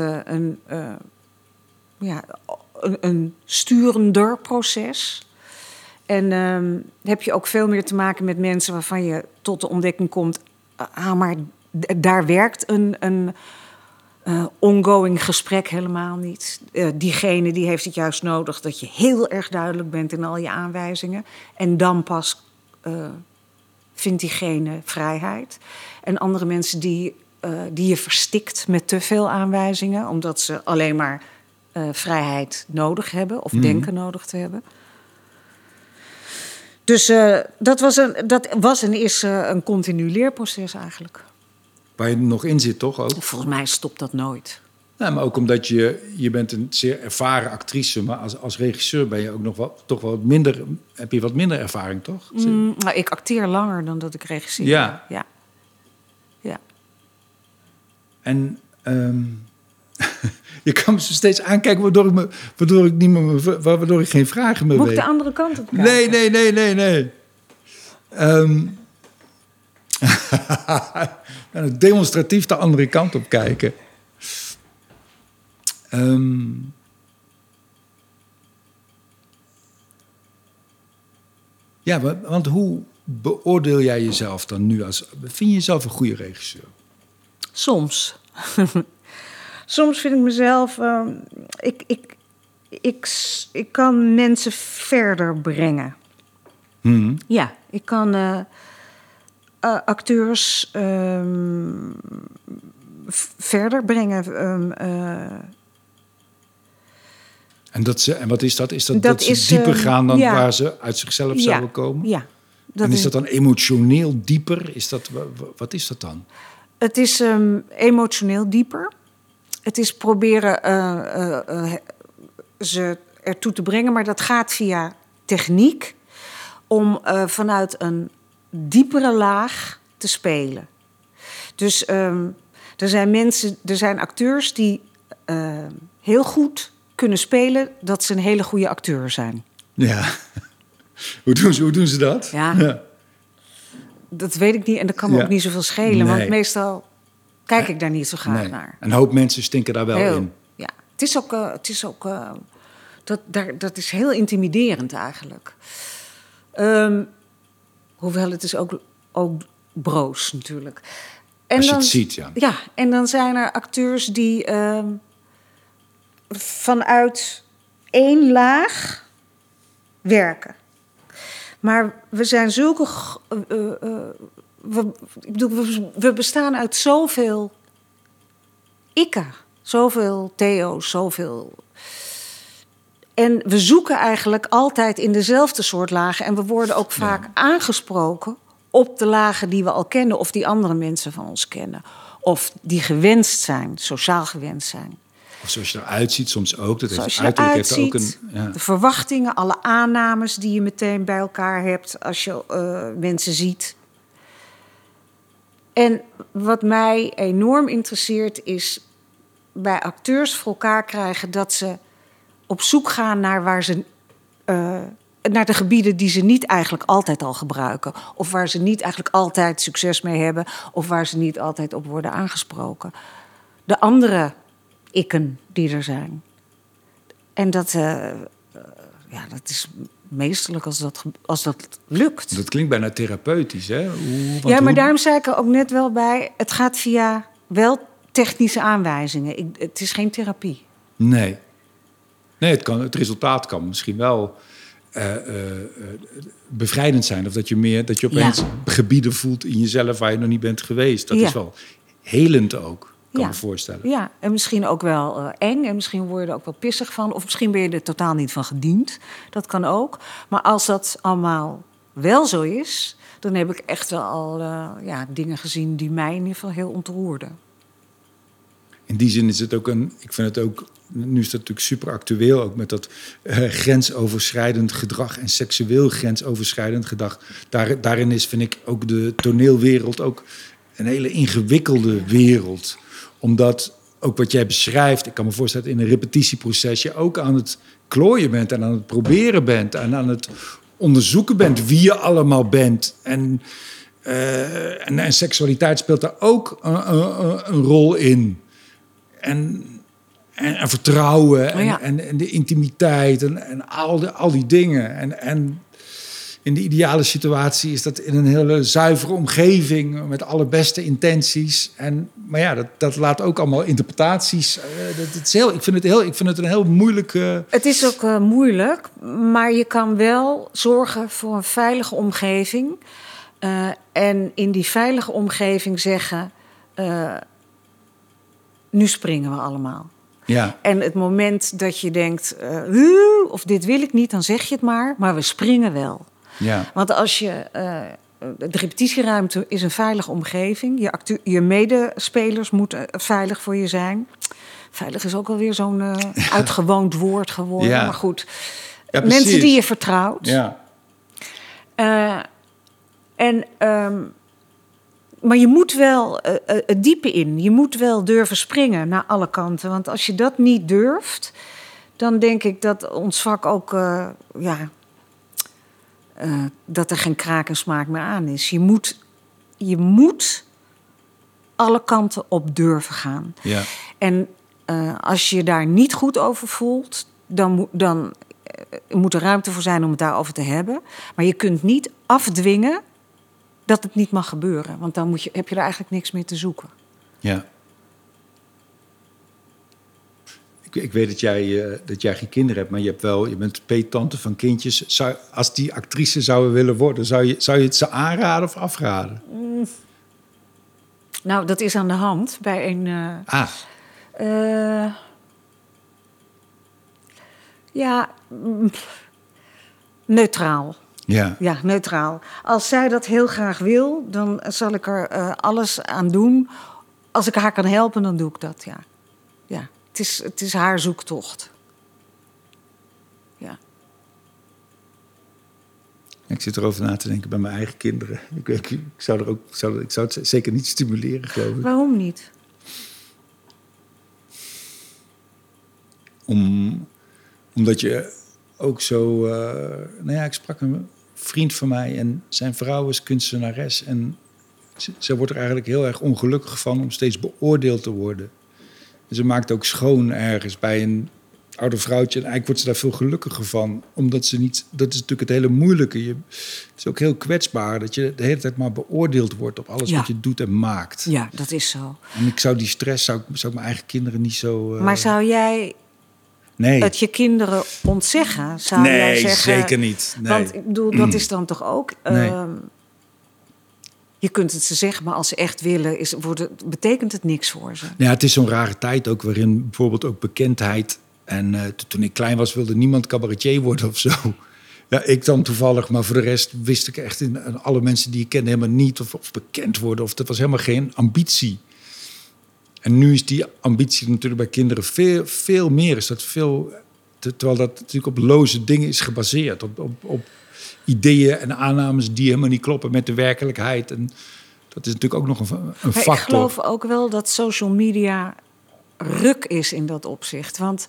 een sturender proces. En heb je ook veel meer te maken met mensen... waarvan je tot de ontdekking komt... maar daar werkt een ongoing gesprek helemaal niet. Diegene die heeft het juist nodig dat je heel erg duidelijk bent in al je aanwijzingen. En dan pas vindt diegene vrijheid. En andere mensen die je verstikt met te veel aanwijzingen... omdat ze alleen maar vrijheid nodig hebben of denken nodig te hebben. Dus dat was en is een continu leerproces eigenlijk. Waar je nog in zit, toch ook? Volgens mij stopt dat nooit. Nou, maar ook omdat je bent een zeer ervaren actrice... maar als regisseur ben je ook nog toch wel wat minder... heb je wat minder ervaring, toch? Nou, ik acteer langer dan dat ik regisseer. Ja. Ja. En je kan me zo steeds aankijken... waardoor ik geen vragen meer Moet ik weet. de andere kant op kijken? Nee. Demonstratief de andere kant op kijken. Ja, want hoe beoordeel jij jezelf dan nu? Vind je jezelf een goede regisseur? Soms. Soms vind ik mezelf... Ik kan mensen verder brengen. Ja, ik kan acteurs verder brengen. En wat is dat? Is dat ze dieper gaan dan waar ze uit zichzelf zouden komen? Ja. En is dat dan emotioneel dieper? Wat is dat dan? Het is emotioneel dieper. Het is proberen ze ertoe te brengen, maar dat gaat via techniek om vanuit een diepere laag te spelen. Dus er zijn acteurs die heel goed kunnen spelen dat ze een hele goede acteur zijn. Ja. Hoe doen ze dat? Ja. Dat weet ik niet en dat kan me ook niet zoveel schelen. Nee. Want meestal kijk ik daar niet zo graag naar. Een hoop mensen stinken daar wel in. Ja, het is ook dat is heel intimiderend eigenlijk. Hoewel het is ook broos natuurlijk. En als je het ziet, ja. Ja, en dan zijn er acteurs die vanuit één laag werken. Maar we zijn zulke... we bestaan uit zoveel ikken. Zoveel Theo's, zoveel... En we zoeken eigenlijk altijd in dezelfde soort lagen. En we worden ook vaak aangesproken op de lagen die we al kennen... of die andere mensen van ons kennen. Of die gewenst zijn, sociaal gewenst zijn. Of zoals je eruit ziet soms ook. Dat zoals heeft je uiterlijk eruit heeft ook ziet, een... Ja. de verwachtingen, alle aannames die je meteen bij elkaar hebt... als je mensen ziet. En wat mij enorm interesseert is... bij acteurs voor elkaar krijgen dat ze op zoek gaan naar waar ze... naar de gebieden die ze niet eigenlijk altijd al gebruiken. Of waar ze niet eigenlijk altijd succes mee hebben. Of waar ze niet altijd op worden aangesproken. De andere ikken die er zijn. En dat dat is meesterlijk als dat lukt. Dat klinkt bijna therapeutisch, hè? Daarom zei ik er ook net wel bij... het gaat via wel technische aanwijzingen. Het is geen therapie. Nee, het resultaat kan misschien wel bevrijdend zijn. Of dat je opeens gebieden voelt in jezelf waar je nog niet bent geweest. Dat is wel helend ook, kan me voorstellen. Ja, en misschien ook wel eng. En misschien word je er ook wel pissig van. Of misschien ben je er totaal niet van gediend. Dat kan ook. Maar als dat allemaal wel zo is... dan heb ik echt wel al dingen gezien die mij in ieder geval heel ontroerden. In die zin is het ook ik vind het ook... Nu is dat natuurlijk super actueel, ook met dat grensoverschrijdend gedrag... en seksueel grensoverschrijdend gedrag. Daarin is, vind ik, ook de toneelwereld ook een hele ingewikkelde wereld. Omdat ook wat jij beschrijft... ik kan me voorstellen in een repetitieproces... je ook aan het klooien bent en aan het proberen bent... en aan het onderzoeken bent wie je allemaal bent... En seksualiteit speelt daar ook een rol in... En vertrouwen en de intimiteit en al die dingen. En in de ideale situatie is dat in een hele zuivere omgeving... met alle beste intenties. Maar dat laat ook allemaal interpretaties. Ik vind het een heel moeilijke... Het is ook moeilijk, maar je kan wel zorgen voor een veilige omgeving. En in die veilige omgeving zeggen... nu springen we allemaal. Ja. En het moment dat je denkt... of dit wil ik niet, dan zeg je het maar we springen wel. Ja. Want als je... de repetitieruimte is een veilige omgeving. Je medespelers moeten veilig voor je zijn. Veilig is ook alweer zo'n uitgewoond woord geworden. Ja. Maar goed, Ja, mensen die je vertrouwt. Ja. Maar je moet wel het diepe in. Je moet wel durven springen naar alle kanten. Want als je dat niet durft... dan denk ik dat ons vak ook... dat er geen kraak en smaak meer aan is. Je moet alle kanten op durven gaan. Ja. En als je daar niet goed over voelt... dan moet er ruimte voor zijn om het daarover te hebben. Maar je kunt niet afdwingen... dat het niet mag gebeuren. Want dan heb je er eigenlijk niks meer te zoeken. Ja. Ik weet dat jij geen kinderen hebt, maar je bent peettante van kindjes. Als die actrice zouden willen worden, zou je het ze aanraden of afraden? Nou, dat is aan de hand bij een... neutraal. Ja, neutraal. Als zij dat heel graag wil, dan zal ik er alles aan doen. Als ik haar kan helpen, dan doe ik dat, ja. Het is haar zoektocht. Ja. Ik zit erover na te denken bij mijn eigen kinderen. Ik zou het zeker niet stimuleren, geloof ik. Waarom niet? Omdat je ook zo... ik sprak een vriend van mij en zijn vrouw is kunstenares. En ze wordt er eigenlijk heel erg ongelukkig van om steeds beoordeeld te worden. En ze maakt ook schoon ergens bij een oude vrouwtje. En eigenlijk wordt ze daar veel gelukkiger van. Omdat ze niet... Dat is natuurlijk het hele moeilijke. Het is ook heel kwetsbaar dat je de hele tijd maar beoordeeld wordt op alles wat je doet en maakt. Ja, dat is zo. En ik zou die stress, zou ik mijn eigen kinderen niet zo... Maar zou jij Nee. het je kinderen ontzeggen, zou jij Nee, zeggen. zeker niet. Nee. Want ik bedoel, dat is dan toch ook... Nee. Je kunt het ze zeggen, maar als ze echt willen, betekent het niks voor ze. Ja, het is zo'n rare tijd ook, waarin bijvoorbeeld ook bekendheid... En toen ik klein was, wilde niemand cabaretier worden of zo. Ja, ik dan toevallig, maar voor de rest wist ik echt... in alle mensen die ik kende helemaal niet of bekend worden. Of dat was helemaal geen ambitie. En nu is die ambitie natuurlijk bij kinderen veel meer. Is dat veel, terwijl dat natuurlijk op loze dingen is gebaseerd. Op ideeën en aannames die helemaal niet kloppen met de werkelijkheid. En dat is natuurlijk ook nog een factor. Ik geloof ook wel dat social media ruk is in dat opzicht. Want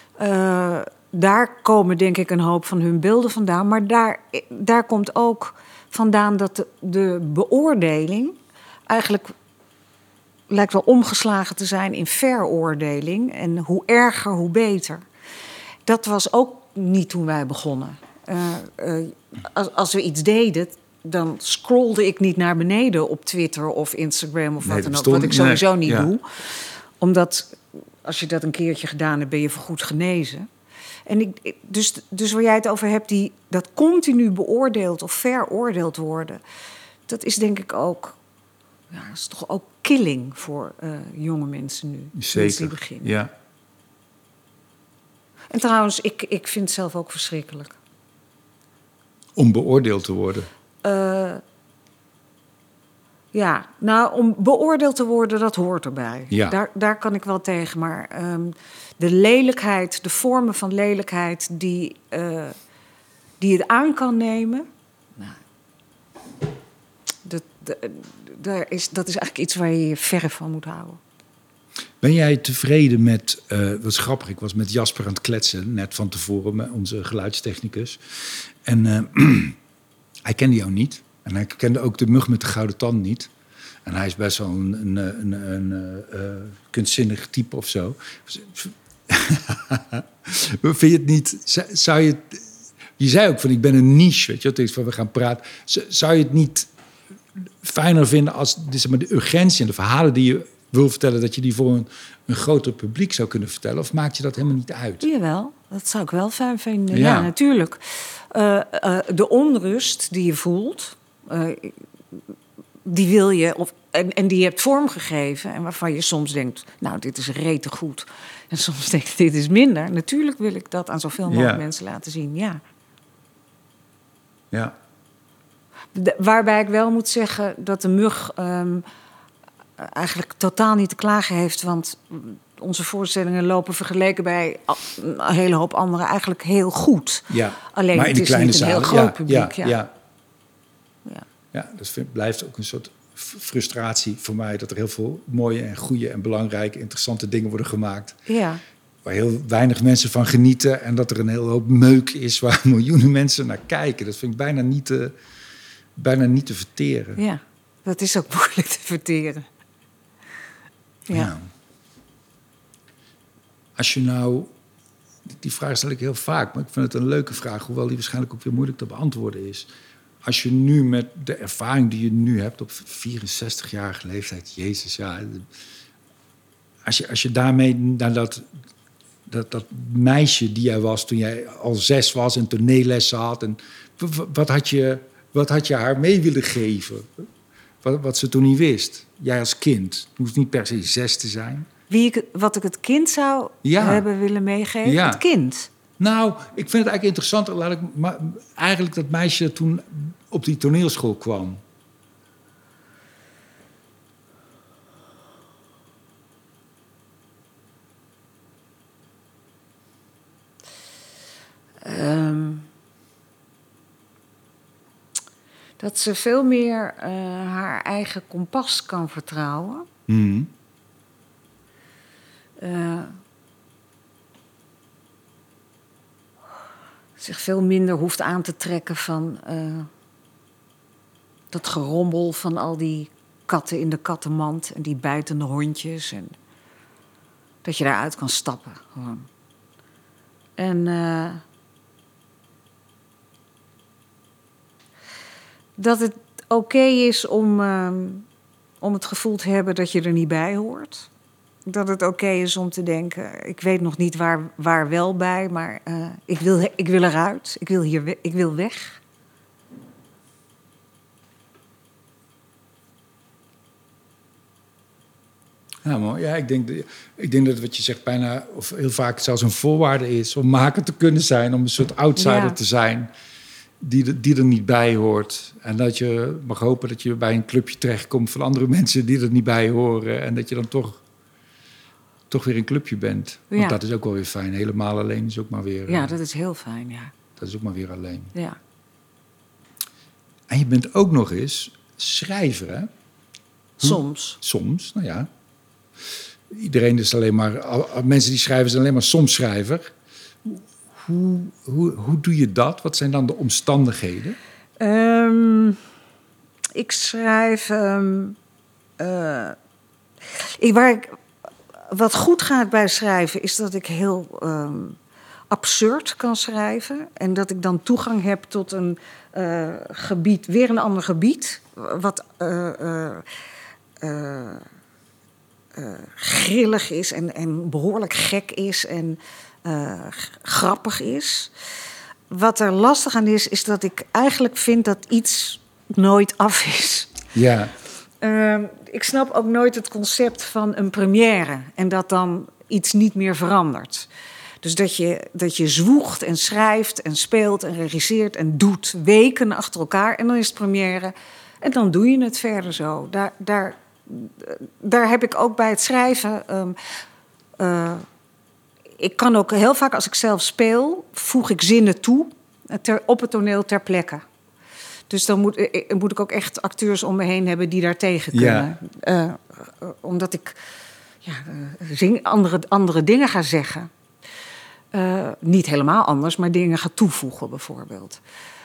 daar komen denk ik een hoop van hun beelden vandaan. Maar daar komt ook vandaan dat de beoordeling eigenlijk lijkt wel omgeslagen te zijn in veroordeling. En hoe erger, hoe beter. Dat was ook niet toen wij begonnen. Als we iets deden, dan scrollde ik niet naar beneden op Twitter of Instagram of wat dan ook. Wat ik sowieso niet doe. Omdat als je dat een keertje gedaan hebt, ben je voorgoed genezen. En dus waar jij het over hebt, dat continu beoordeeld of veroordeeld worden, dat is denk ik ook, ja, dat is toch ook killing voor jonge mensen nu. Zeker, mensen die beginnen. Ja. En trouwens, ik vind het zelf ook verschrikkelijk. Om beoordeeld te worden? Ja, nou, om beoordeeld te worden, dat hoort erbij. Ja. Daar kan ik wel tegen. Maar de lelijkheid, de vormen van lelijkheid die het aan kan nemen... Nou, dat is eigenlijk iets waar je je verre van moet houden. Ben jij tevreden met... dat is grappig, ik was met Jasper aan het kletsen... net van tevoren, met onze geluidstechnicus. En hij kende jou niet. En hij kende ook de mug met de gouden tand niet. En hij is best wel een kunstzinnig type of zo. Vind je het niet... Zou je... Je zei ook van, ik ben een niche, weet je. Dat is van, we gaan praten. Zou je het niet fijner vinden als de urgentie en de verhalen die je wil vertellen, dat je die voor een groter publiek zou kunnen vertellen? Of maakt je dat helemaal niet uit? Jawel, dat zou ik wel fijn vinden. Ja, natuurlijk. De onrust die je voelt, die wil je, en die je hebt vormgegeven, en waarvan je soms denkt, nou, dit is rete goed. En soms denk je, dit is minder. Natuurlijk wil ik dat aan zoveel mogelijk mensen laten zien, ja. Ja. Waarbij ik wel moet zeggen dat de mug eigenlijk totaal niet te klagen heeft. Want onze voorstellingen lopen vergeleken bij een hele hoop anderen eigenlijk heel goed. Ja. Alleen maar in het is niet een heel groot publiek. Ja. Dat blijft ook een soort frustratie voor mij, dat er heel veel mooie en goede en belangrijke, interessante dingen worden gemaakt. Ja. Waar heel weinig mensen van genieten en dat er een hele hoop meuk is waar miljoenen mensen naar kijken. Dat vind ik bijna niet te verteren. Ja, dat is ook moeilijk te verteren. Ja. Als je nou... Die vraag stel ik heel vaak, maar ik vind het een leuke vraag, hoewel die waarschijnlijk ook weer moeilijk te beantwoorden is. Als je nu met de ervaring die je nu hebt op 64-jarige leeftijd, Jezus, ja. Als je daarmee naar dat meisje die jij was toen jij al 6 was en toneellessen had, en wat had je haar mee willen geven? Wat ze toen niet wist. Jij als kind. Het hoeft niet per se 6 te zijn. Wat ik het kind zou hebben willen meegeven? Ja. Het kind? Nou, ik vind het eigenlijk interessanter. Eigenlijk dat meisje dat toen op die toneelschool kwam. Dat ze veel meer haar eigen kompas kan vertrouwen. Mm. Zich veel minder hoeft aan te trekken van dat gerommel van al die katten in de kattenmand en die bijtende hondjes. En dat je daaruit kan stappen. Gewoon. En dat het oké is om het gevoel te hebben dat je er niet bij hoort. dat het oké is om te denken... ik weet nog niet waar wel bij, maar ik wil eruit. Ik wil weg. Ja, maar ja, ik denk dat wat je zegt bijna, of heel vaak zelfs een voorwaarde is... om maker te kunnen zijn, om een soort outsider te zijn... Die er niet bij hoort. En dat je mag hopen dat je bij een clubje terechtkomt... van andere mensen die er niet bij horen. En dat je dan toch weer een clubje bent. Want dat is ook wel weer fijn. Helemaal alleen is ook maar weer... Ja, dat is heel fijn, ja. Dat is ook maar weer alleen. Ja. En je bent ook nog eens schrijver, hè? Soms. Soms, nou ja. Iedereen is alleen maar... Mensen die schrijven zijn alleen maar soms schrijver. Hoe doe je dat? Wat zijn dan de omstandigheden? Ik schrijf... wat goed gaat bij schrijven is dat ik heel absurd kan schrijven. En dat ik dan toegang heb tot een gebied, weer een ander gebied. Wat grillig is en behoorlijk gek is en grappig is. Wat er lastig aan is dat ik eigenlijk vind dat iets nooit af is. Ja. Ik snap ook nooit het concept van een première en dat dan iets niet meer verandert. Dus dat je zwoegt en schrijft en speelt en regisseert en doet weken achter elkaar en dan is het première en dan doe je het verder zo. Daar heb ik ook bij het schrijven... ik kan ook heel vaak als ik zelf speel, voeg ik zinnen toe op het toneel ter plekke. Dus dan moet ik ook echt acteurs om me heen hebben die daar tegen kunnen. Ja. Omdat ik andere dingen ga zeggen. Niet helemaal anders, maar dingen ga toevoegen bijvoorbeeld.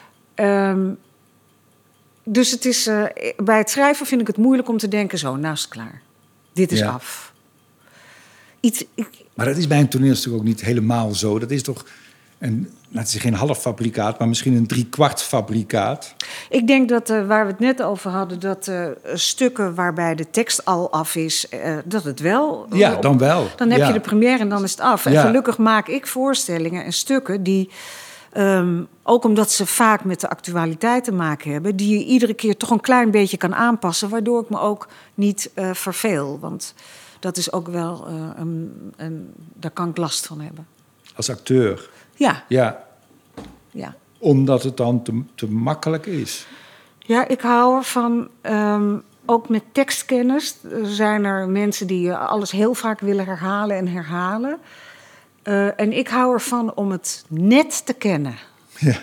Dus het is, bij het schrijven vind ik het moeilijk om te denken... zo, nou is het klaar. Dit is af. Maar dat is bij een toneelstuk ook niet helemaal zo. Dat is toch, het is geen half fabrikaat, maar misschien een 3/4 fabrikaat. Ik denk dat, waar we het net over hadden... dat stukken waarbij de tekst al af is, dat het wel... Ja, dan wel. Dan heb je de première en dan is het af. En Ja. gelukkig maak ik voorstellingen en stukken die... ook omdat ze vaak met de actualiteit te maken hebben... die je iedere keer toch een klein beetje kan aanpassen... waardoor ik me ook niet verveel. Want dat is ook wel... daar kan ik last van hebben. Als acteur. Ja. Ja. Ja. Omdat het dan te makkelijk is. Ja, ik hou ervan... ook met tekstkennis zijn er mensen die alles heel vaak willen herhalen en herhalen... en ik hou ervan om het net te kennen. Ja.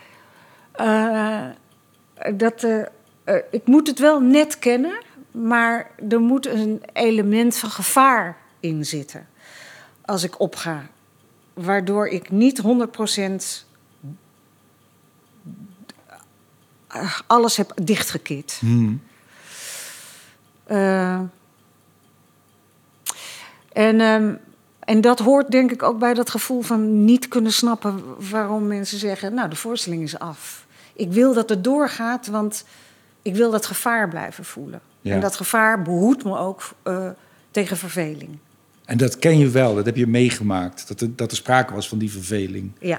Ik moet het wel net kennen, maar er moet een element van gevaar in zitten. Als ik opga. Waardoor ik niet 100% alles heb dichtgekit. En dat hoort denk ik ook bij dat gevoel van niet kunnen snappen... waarom mensen zeggen, nou, de voorstelling is af. Ik wil dat het doorgaat, want ik wil dat gevaar blijven voelen. Ja. En dat gevaar behoedt me ook tegen verveling. En dat ken je wel, dat heb je meegemaakt. Dat er sprake was van die verveling. Ja.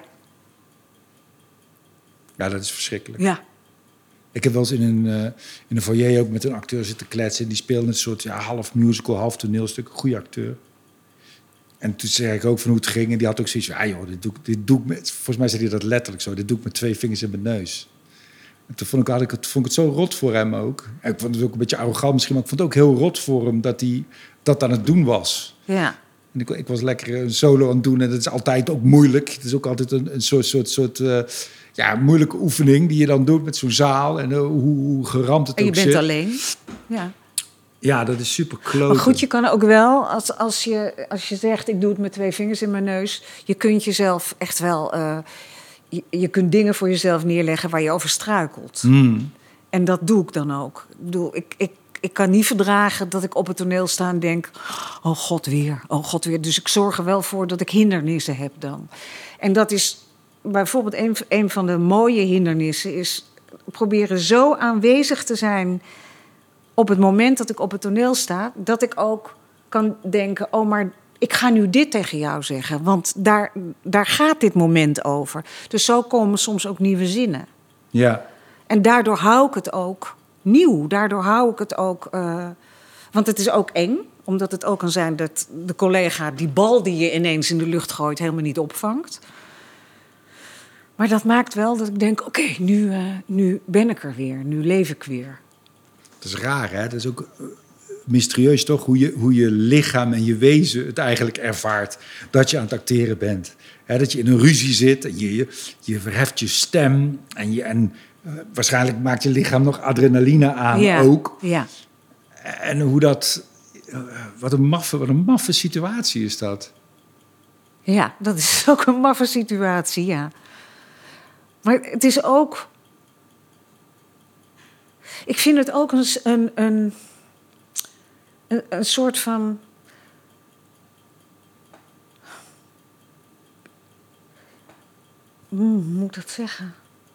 Ja, dat is verschrikkelijk. Ja. Ik heb wel eens in een foyer ook met een acteur zitten kletsen... en die speelde een soort half musical, half toneelstuk. Een goede acteur. En toen zei ik ook van hoe het ging. En die had ook zoiets van, joh, dit doe ik met... Volgens mij zei hij dat letterlijk zo. Dit doe ik met 2 vingers in mijn neus. En toen vond ik het zo rot voor hem ook. En ik vond het ook een beetje arrogant misschien... maar ik vond het ook heel rot voor hem dat hij dat aan het doen was. Ja. En ik was lekker een solo aan het doen. En dat is altijd ook moeilijk. Het is ook altijd een soort moeilijke oefening... die je dan doet met zo'n zaal. En hoe geramd het ook zit. En je bent alleen. Ja. Ja, dat is super kloten. Maar goed, je kan ook wel, als je zegt... ik doe het met 2 vingers in mijn neus... je kunt jezelf echt wel... je kunt dingen voor jezelf neerleggen waar je over struikelt. En dat doe ik dan ook. Ik kan niet verdragen dat ik op het toneel sta en denk... oh god weer. Dus ik zorg er wel voor dat ik hindernissen heb dan. En dat is bijvoorbeeld een van de mooie hindernissen... is proberen zo aanwezig te zijn... op het moment dat ik op het toneel sta... dat ik ook kan denken... oh, maar ik ga nu dit tegen jou zeggen. Want daar gaat dit moment over. Dus zo komen soms ook nieuwe zinnen. Ja. En daardoor hou ik het ook nieuw. Daardoor hou ik het ook... want het is ook eng. Omdat het ook kan zijn dat de collega die bal die je ineens in de lucht gooit... helemaal niet opvangt. Maar dat maakt wel dat ik denk... oké, nu ben ik er weer. Nu leef ik weer. Dat is raar, hè? Dat is ook mysterieus, toch? Hoe je lichaam en je wezen het eigenlijk ervaart... dat je aan het acteren bent. Hè, dat je in een ruzie zit en je verheft je stem... en waarschijnlijk maakt je lichaam nog adrenaline aan ook. Ja. En hoe dat... Wat een maffe situatie is dat. Ja, dat is ook een maffe situatie, ja. Maar het is ook... Ik vind het ook een soort van... Hoe moet ik dat zeggen?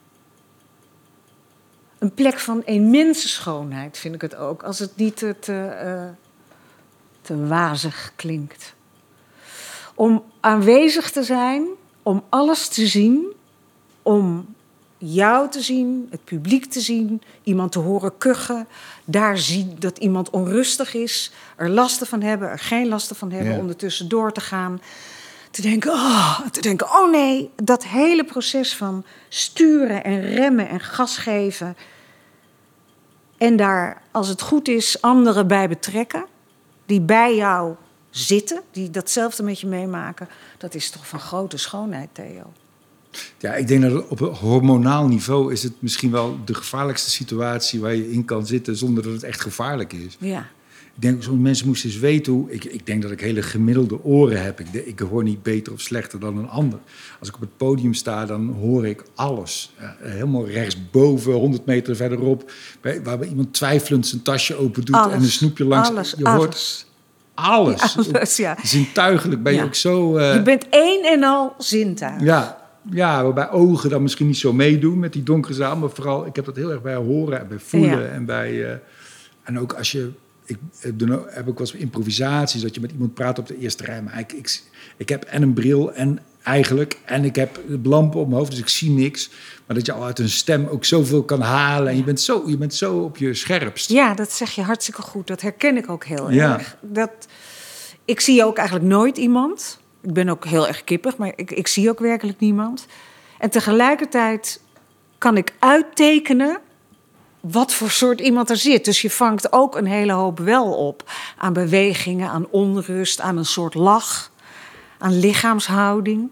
Een plek van immense schoonheid vind ik het ook. Als het niet te wazig klinkt. Om aanwezig te zijn, om alles te zien, om jou te zien, het publiek te zien, iemand te horen kuchen, daar zien dat iemand onrustig is, er lasten van hebben, er geen lasten van hebben, ondertussen door te gaan. Te denken, oh nee, dat hele proces van sturen en remmen en gas geven. En daar, als het goed is, anderen bij betrekken. Die bij jou zitten, die datzelfde met je meemaken. Dat is toch van grote schoonheid, Theo. Ja, ik denk dat op een hormonaal niveau is het misschien wel de gevaarlijkste situatie waar je in kan zitten zonder dat het echt gevaarlijk is. Ja. Ik denk, sommige mensen moesten eens weten hoe... Ik denk dat ik hele gemiddelde oren heb. Ik hoor niet beter of slechter dan een ander. Als ik op het podium sta, dan hoor ik alles. Helemaal rechtsboven, 100 meter verderop. Waar iemand twijfelend zijn tasje open doet en een snoepje langs... Je hoort alles. Ja. Zintuigelijk ben je ook zo... Je bent één en al zintuig. Ja, waarbij ogen dan misschien niet zo meedoen met die donkere zaal. Maar vooral, ik heb dat heel erg bij horen en bij voelen. En bij... en ook als je... Ik heb ook wel eens improvisaties dat je met iemand praat op de eerste rij. Maar ik heb en een bril en ik heb lampen op mijn hoofd, dus ik zie niks. Maar dat je al uit een stem ook zoveel kan halen. En je bent zo op je scherpst. Ja, dat zeg je hartstikke goed. Dat herken ik ook heel erg. Ik zie ook eigenlijk nooit iemand. Ik ben ook heel erg kippig, maar ik zie ook werkelijk niemand. En tegelijkertijd kan ik uittekenen wat voor soort iemand er zit. Dus je vangt ook een hele hoop wel op. Aan bewegingen, aan onrust, aan een soort lach. Aan lichaamshouding.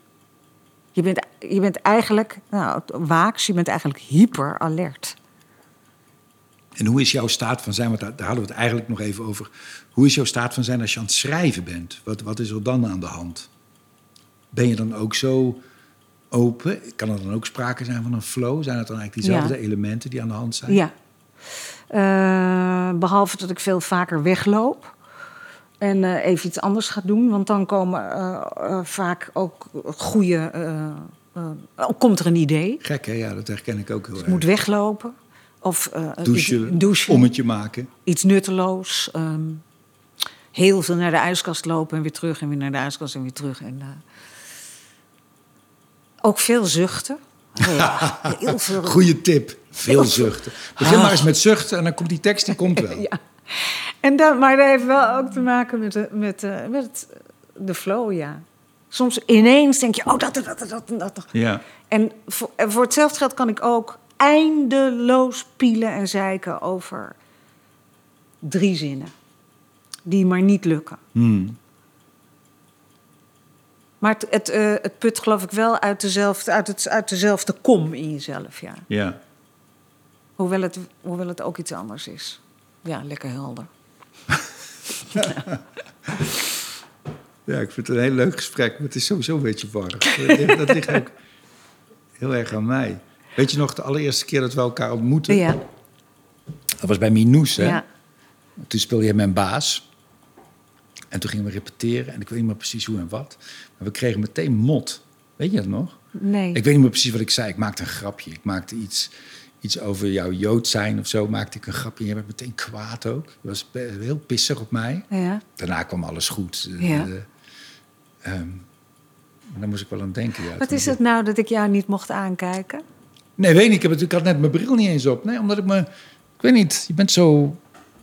Je bent eigenlijk waaks, je bent eigenlijk hyper alert. En hoe is jouw staat van zijn? Want daar hadden we het eigenlijk nog even over. Hoe is jouw staat van zijn als je aan het schrijven bent? Wat is er dan aan de hand? Ben je dan ook zo open? Kan er dan ook sprake zijn van een flow? Zijn het dan eigenlijk diezelfde elementen die aan de hand zijn? Ja. Behalve dat ik veel vaker wegloop en even iets anders ga doen. Want dan komen vaak ook goede... komt er een idee. Gek, hè? Ja, dat herken ik ook heel erg. Je moet weglopen. Of douchen, ommetje maken. Iets nutteloos. Heel veel naar de ijskast lopen en weer terug. En weer naar de ijskast en weer terug. En, ook veel zuchten. Heel veel... Goeie tip. Veel zuchten. Begin maar eens met zuchten en dan komt die tekst, die komt wel. Ja. Maar dat heeft wel ook te maken met de flow, ja. Soms ineens denk je, dat. Ja. En voor hetzelfde geld kan ik ook eindeloos pielen en zeiken over 3 zinnen. Die maar niet lukken. Maar het put geloof ik wel uit dezelfde kom in jezelf, ja. Ja. Hoewel het ook iets anders is. Ja, lekker helder. Ja, ik vind het een heel leuk gesprek, maar het is sowieso een beetje warm. Dat ligt ook heel erg aan mij. Weet je nog de allereerste keer dat we elkaar ontmoetten? Ja. Dat was bij Minoes, hè? Ja. Toen speelde je mijn baas. En toen gingen we repeteren. En ik weet niet meer precies hoe en wat. Maar we kregen meteen mot. Weet je dat nog? Nee. Ik weet niet meer precies wat ik zei. Ik maakte een grapje. Ik maakte iets iets over jouw Jood zijn of zo, maakte ik een grapje. En je werd meteen kwaad ook. Je was heel pissig op mij. Ja. Daarna kwam alles goed. Ja. Daar moest ik wel aan denken. Ja, Wat is het nou dat ik jou niet mocht aankijken? Nee, weet niet. Ik had net mijn bril niet eens op. Nee, omdat ik weet niet, je bent zo...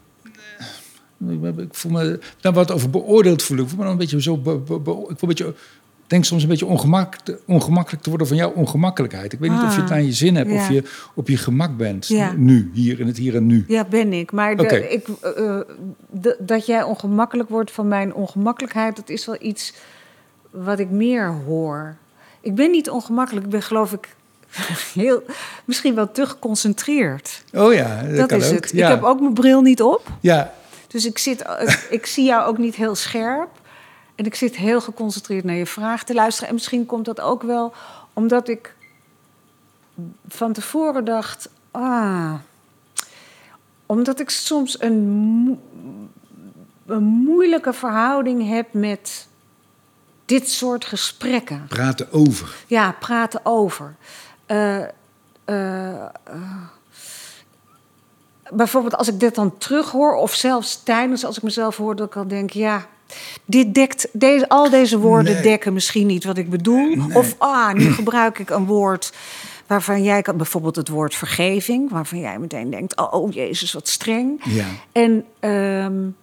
Ik voel me daar wat over beoordeeld voelen. Ik voel me dan een beetje zo... ik denk soms een beetje ongemakkelijk te worden van jouw ongemakkelijkheid. Ik weet niet of je het aan je zin hebt, of je op je gemak bent. Ja. Nu, hier, in het hier en nu. Ja, ben ik. Maar dat jij ongemakkelijk wordt van mijn ongemakkelijkheid... dat is wel iets wat ik meer hoor. Ik ben niet ongemakkelijk. Ik ben, geloof ik, misschien wel te geconcentreerd. Oh ja, dat kan is ook. Het. Ja. Ik heb ook mijn bril niet op. Ja. Dus ik zie jou ook niet heel scherp. En ik zit heel geconcentreerd naar je vraag te luisteren. En misschien komt dat ook wel omdat ik van tevoren dacht... omdat ik soms een moeilijke verhouding heb met dit soort gesprekken. Praten over. Ja, praten over. Bijvoorbeeld als ik dit dan terughoor... of zelfs tijdens als ik mezelf hoor... dat ik al denk, ja... al deze woorden dekken misschien niet wat ik bedoel. Nee. Of, nu gebruik ik een woord waarvan jij... bijvoorbeeld het woord vergeving... waarvan jij meteen denkt, oh Jezus, wat streng. Ja. En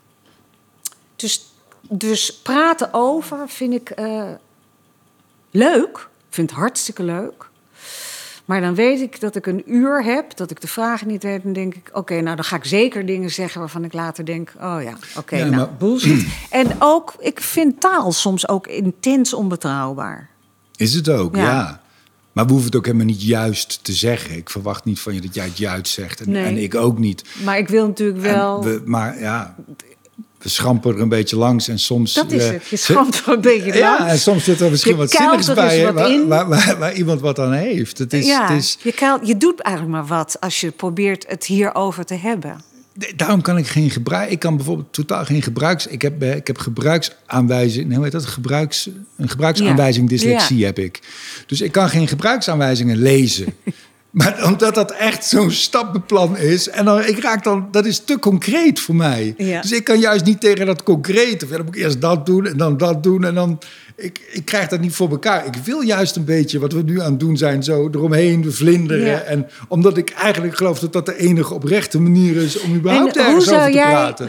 dus praten over vind ik leuk. Ik vind het hartstikke leuk. Maar dan weet ik dat ik een uur heb, dat ik de vragen niet weet. En denk ik, oké, nou dan ga ik zeker dingen zeggen waarvan ik later denk... maar bullshit. En ook, ik vind taal soms ook intens onbetrouwbaar. Is het ook, ja. Maar we hoeven het ook helemaal niet juist te zeggen. Ik verwacht niet van je dat jij het juist zegt. En ik ook niet. Maar ik wil natuurlijk wel... We schampen er een beetje langs en soms... Dat is het, je schampt er een beetje langs. Ja, en soms zit er misschien wat zinnigs bij waar iemand wat aan heeft. Het is, je doet eigenlijk maar wat als je probeert het hierover te hebben. Daarom kan ik geen gebruik... Ik kan bijvoorbeeld totaal geen gebruiks... Ik heb gebruiksaanwijzing... Hoe heet dat? Een gebruiksaanwijzing dyslexie heb ik. Dus ik kan geen gebruiksaanwijzingen lezen. Maar omdat dat echt zo'n stappenplan is... en dat is te concreet voor mij. Ja. Dus ik kan juist niet tegen dat concreet... of dan moet ik eerst dat doen en dan dat doen... en dan... Ik krijg dat niet voor elkaar. Ik wil juist een beetje wat we nu aan het doen zijn... zo eromheen vlinderen. Ja. En omdat ik eigenlijk geloof dat dat de enige oprechte manier is... om überhaupt ergens over te praten.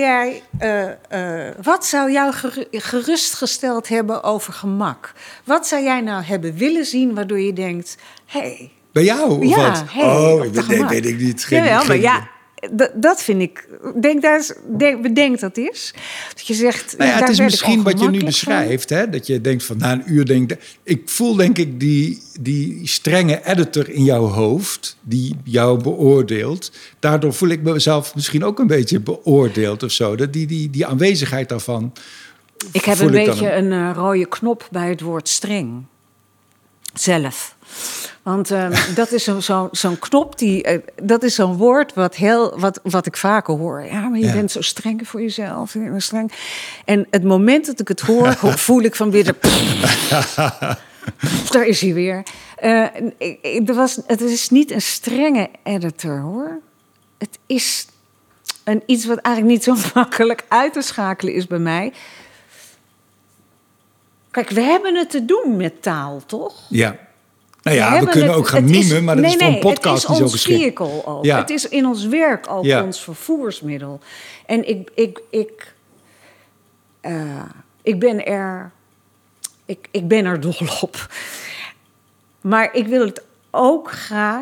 Wat zou jou gerustgesteld hebben over gemak? Wat zou jij nou hebben willen zien waardoor je denkt... Hey, bij jou? Of wat? Weet ik niet. Dat vind ik... Bedenk dat is. Dat je zegt... het is misschien wat je nu beschrijft. Hè? Dat je denkt van na een uur... Ik voel denk ik die strenge editor in jouw hoofd... die jou beoordeelt. Daardoor voel ik mezelf misschien ook een beetje beoordeeld of zo. Die aanwezigheid daarvan... Ik heb een beetje een rode knop bij het woord streng. Zelf. Want dat is zo'n knop, dat is zo'n woord wat ik vaker hoor. Ja, maar je bent zo streng voor jezelf. Streng. En het moment dat ik het hoor, voel ik van binnen... Daar is hij weer. Het is niet een strenge editor, hoor. Het is iets wat eigenlijk niet zo makkelijk uit te schakelen is bij mij. Kijk, we hebben het te doen met taal, toch? Ja. Nou ja, we kunnen ook gaan mimen, maar dat is voor een podcast niet zo geschikt. Het is ons vehicle ook. Ja. Het is in ons werk ook ons vervoersmiddel. En ik ben er dol op. Maar ik wil het ook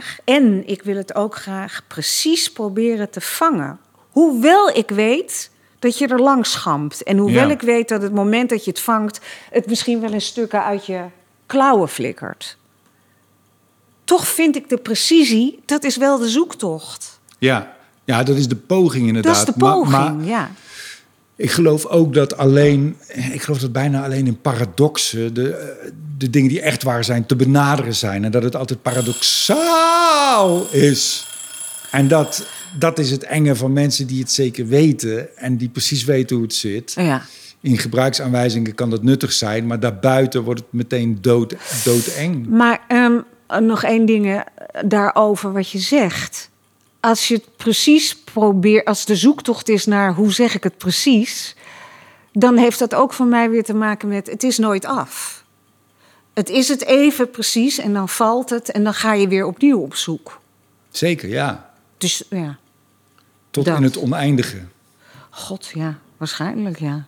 graag precies proberen te vangen. Hoewel ik weet dat je er langs schampt. En hoewel ik weet dat het moment dat je het vangt... het misschien wel in stukken uit je klauwen flikkert. Toch vind ik de precisie, dat is wel de zoektocht. Ja, dat is de poging inderdaad. Dat is de poging, ja. Ik geloof ook dat bijna alleen in paradoxen... de dingen die echt waar zijn, te benaderen zijn. En dat het altijd paradoxaal is. En dat is het enge van mensen die het zeker weten... en die precies weten hoe het zit. Ja. In gebruiksaanwijzingen kan dat nuttig zijn... maar daarbuiten wordt het meteen doodeng. Maar nog één ding daarover wat je zegt. Als je het precies probeert, als de zoektocht is naar hoe zeg ik het precies, dan heeft dat ook voor mij weer te maken met het is nooit af. Het is het even precies en dan valt het en dan ga je weer opnieuw op zoek. Zeker, ja. Dus ja. Tot dat. in het oneindige. God, ja, waarschijnlijk ja.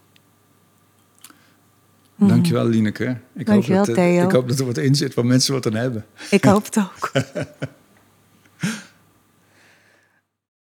Dankjewel, Lineke. Dankjewel, Theo. Ik hoop dat er wat in zit waar mensen wat aan hebben. Ik hoop het ook.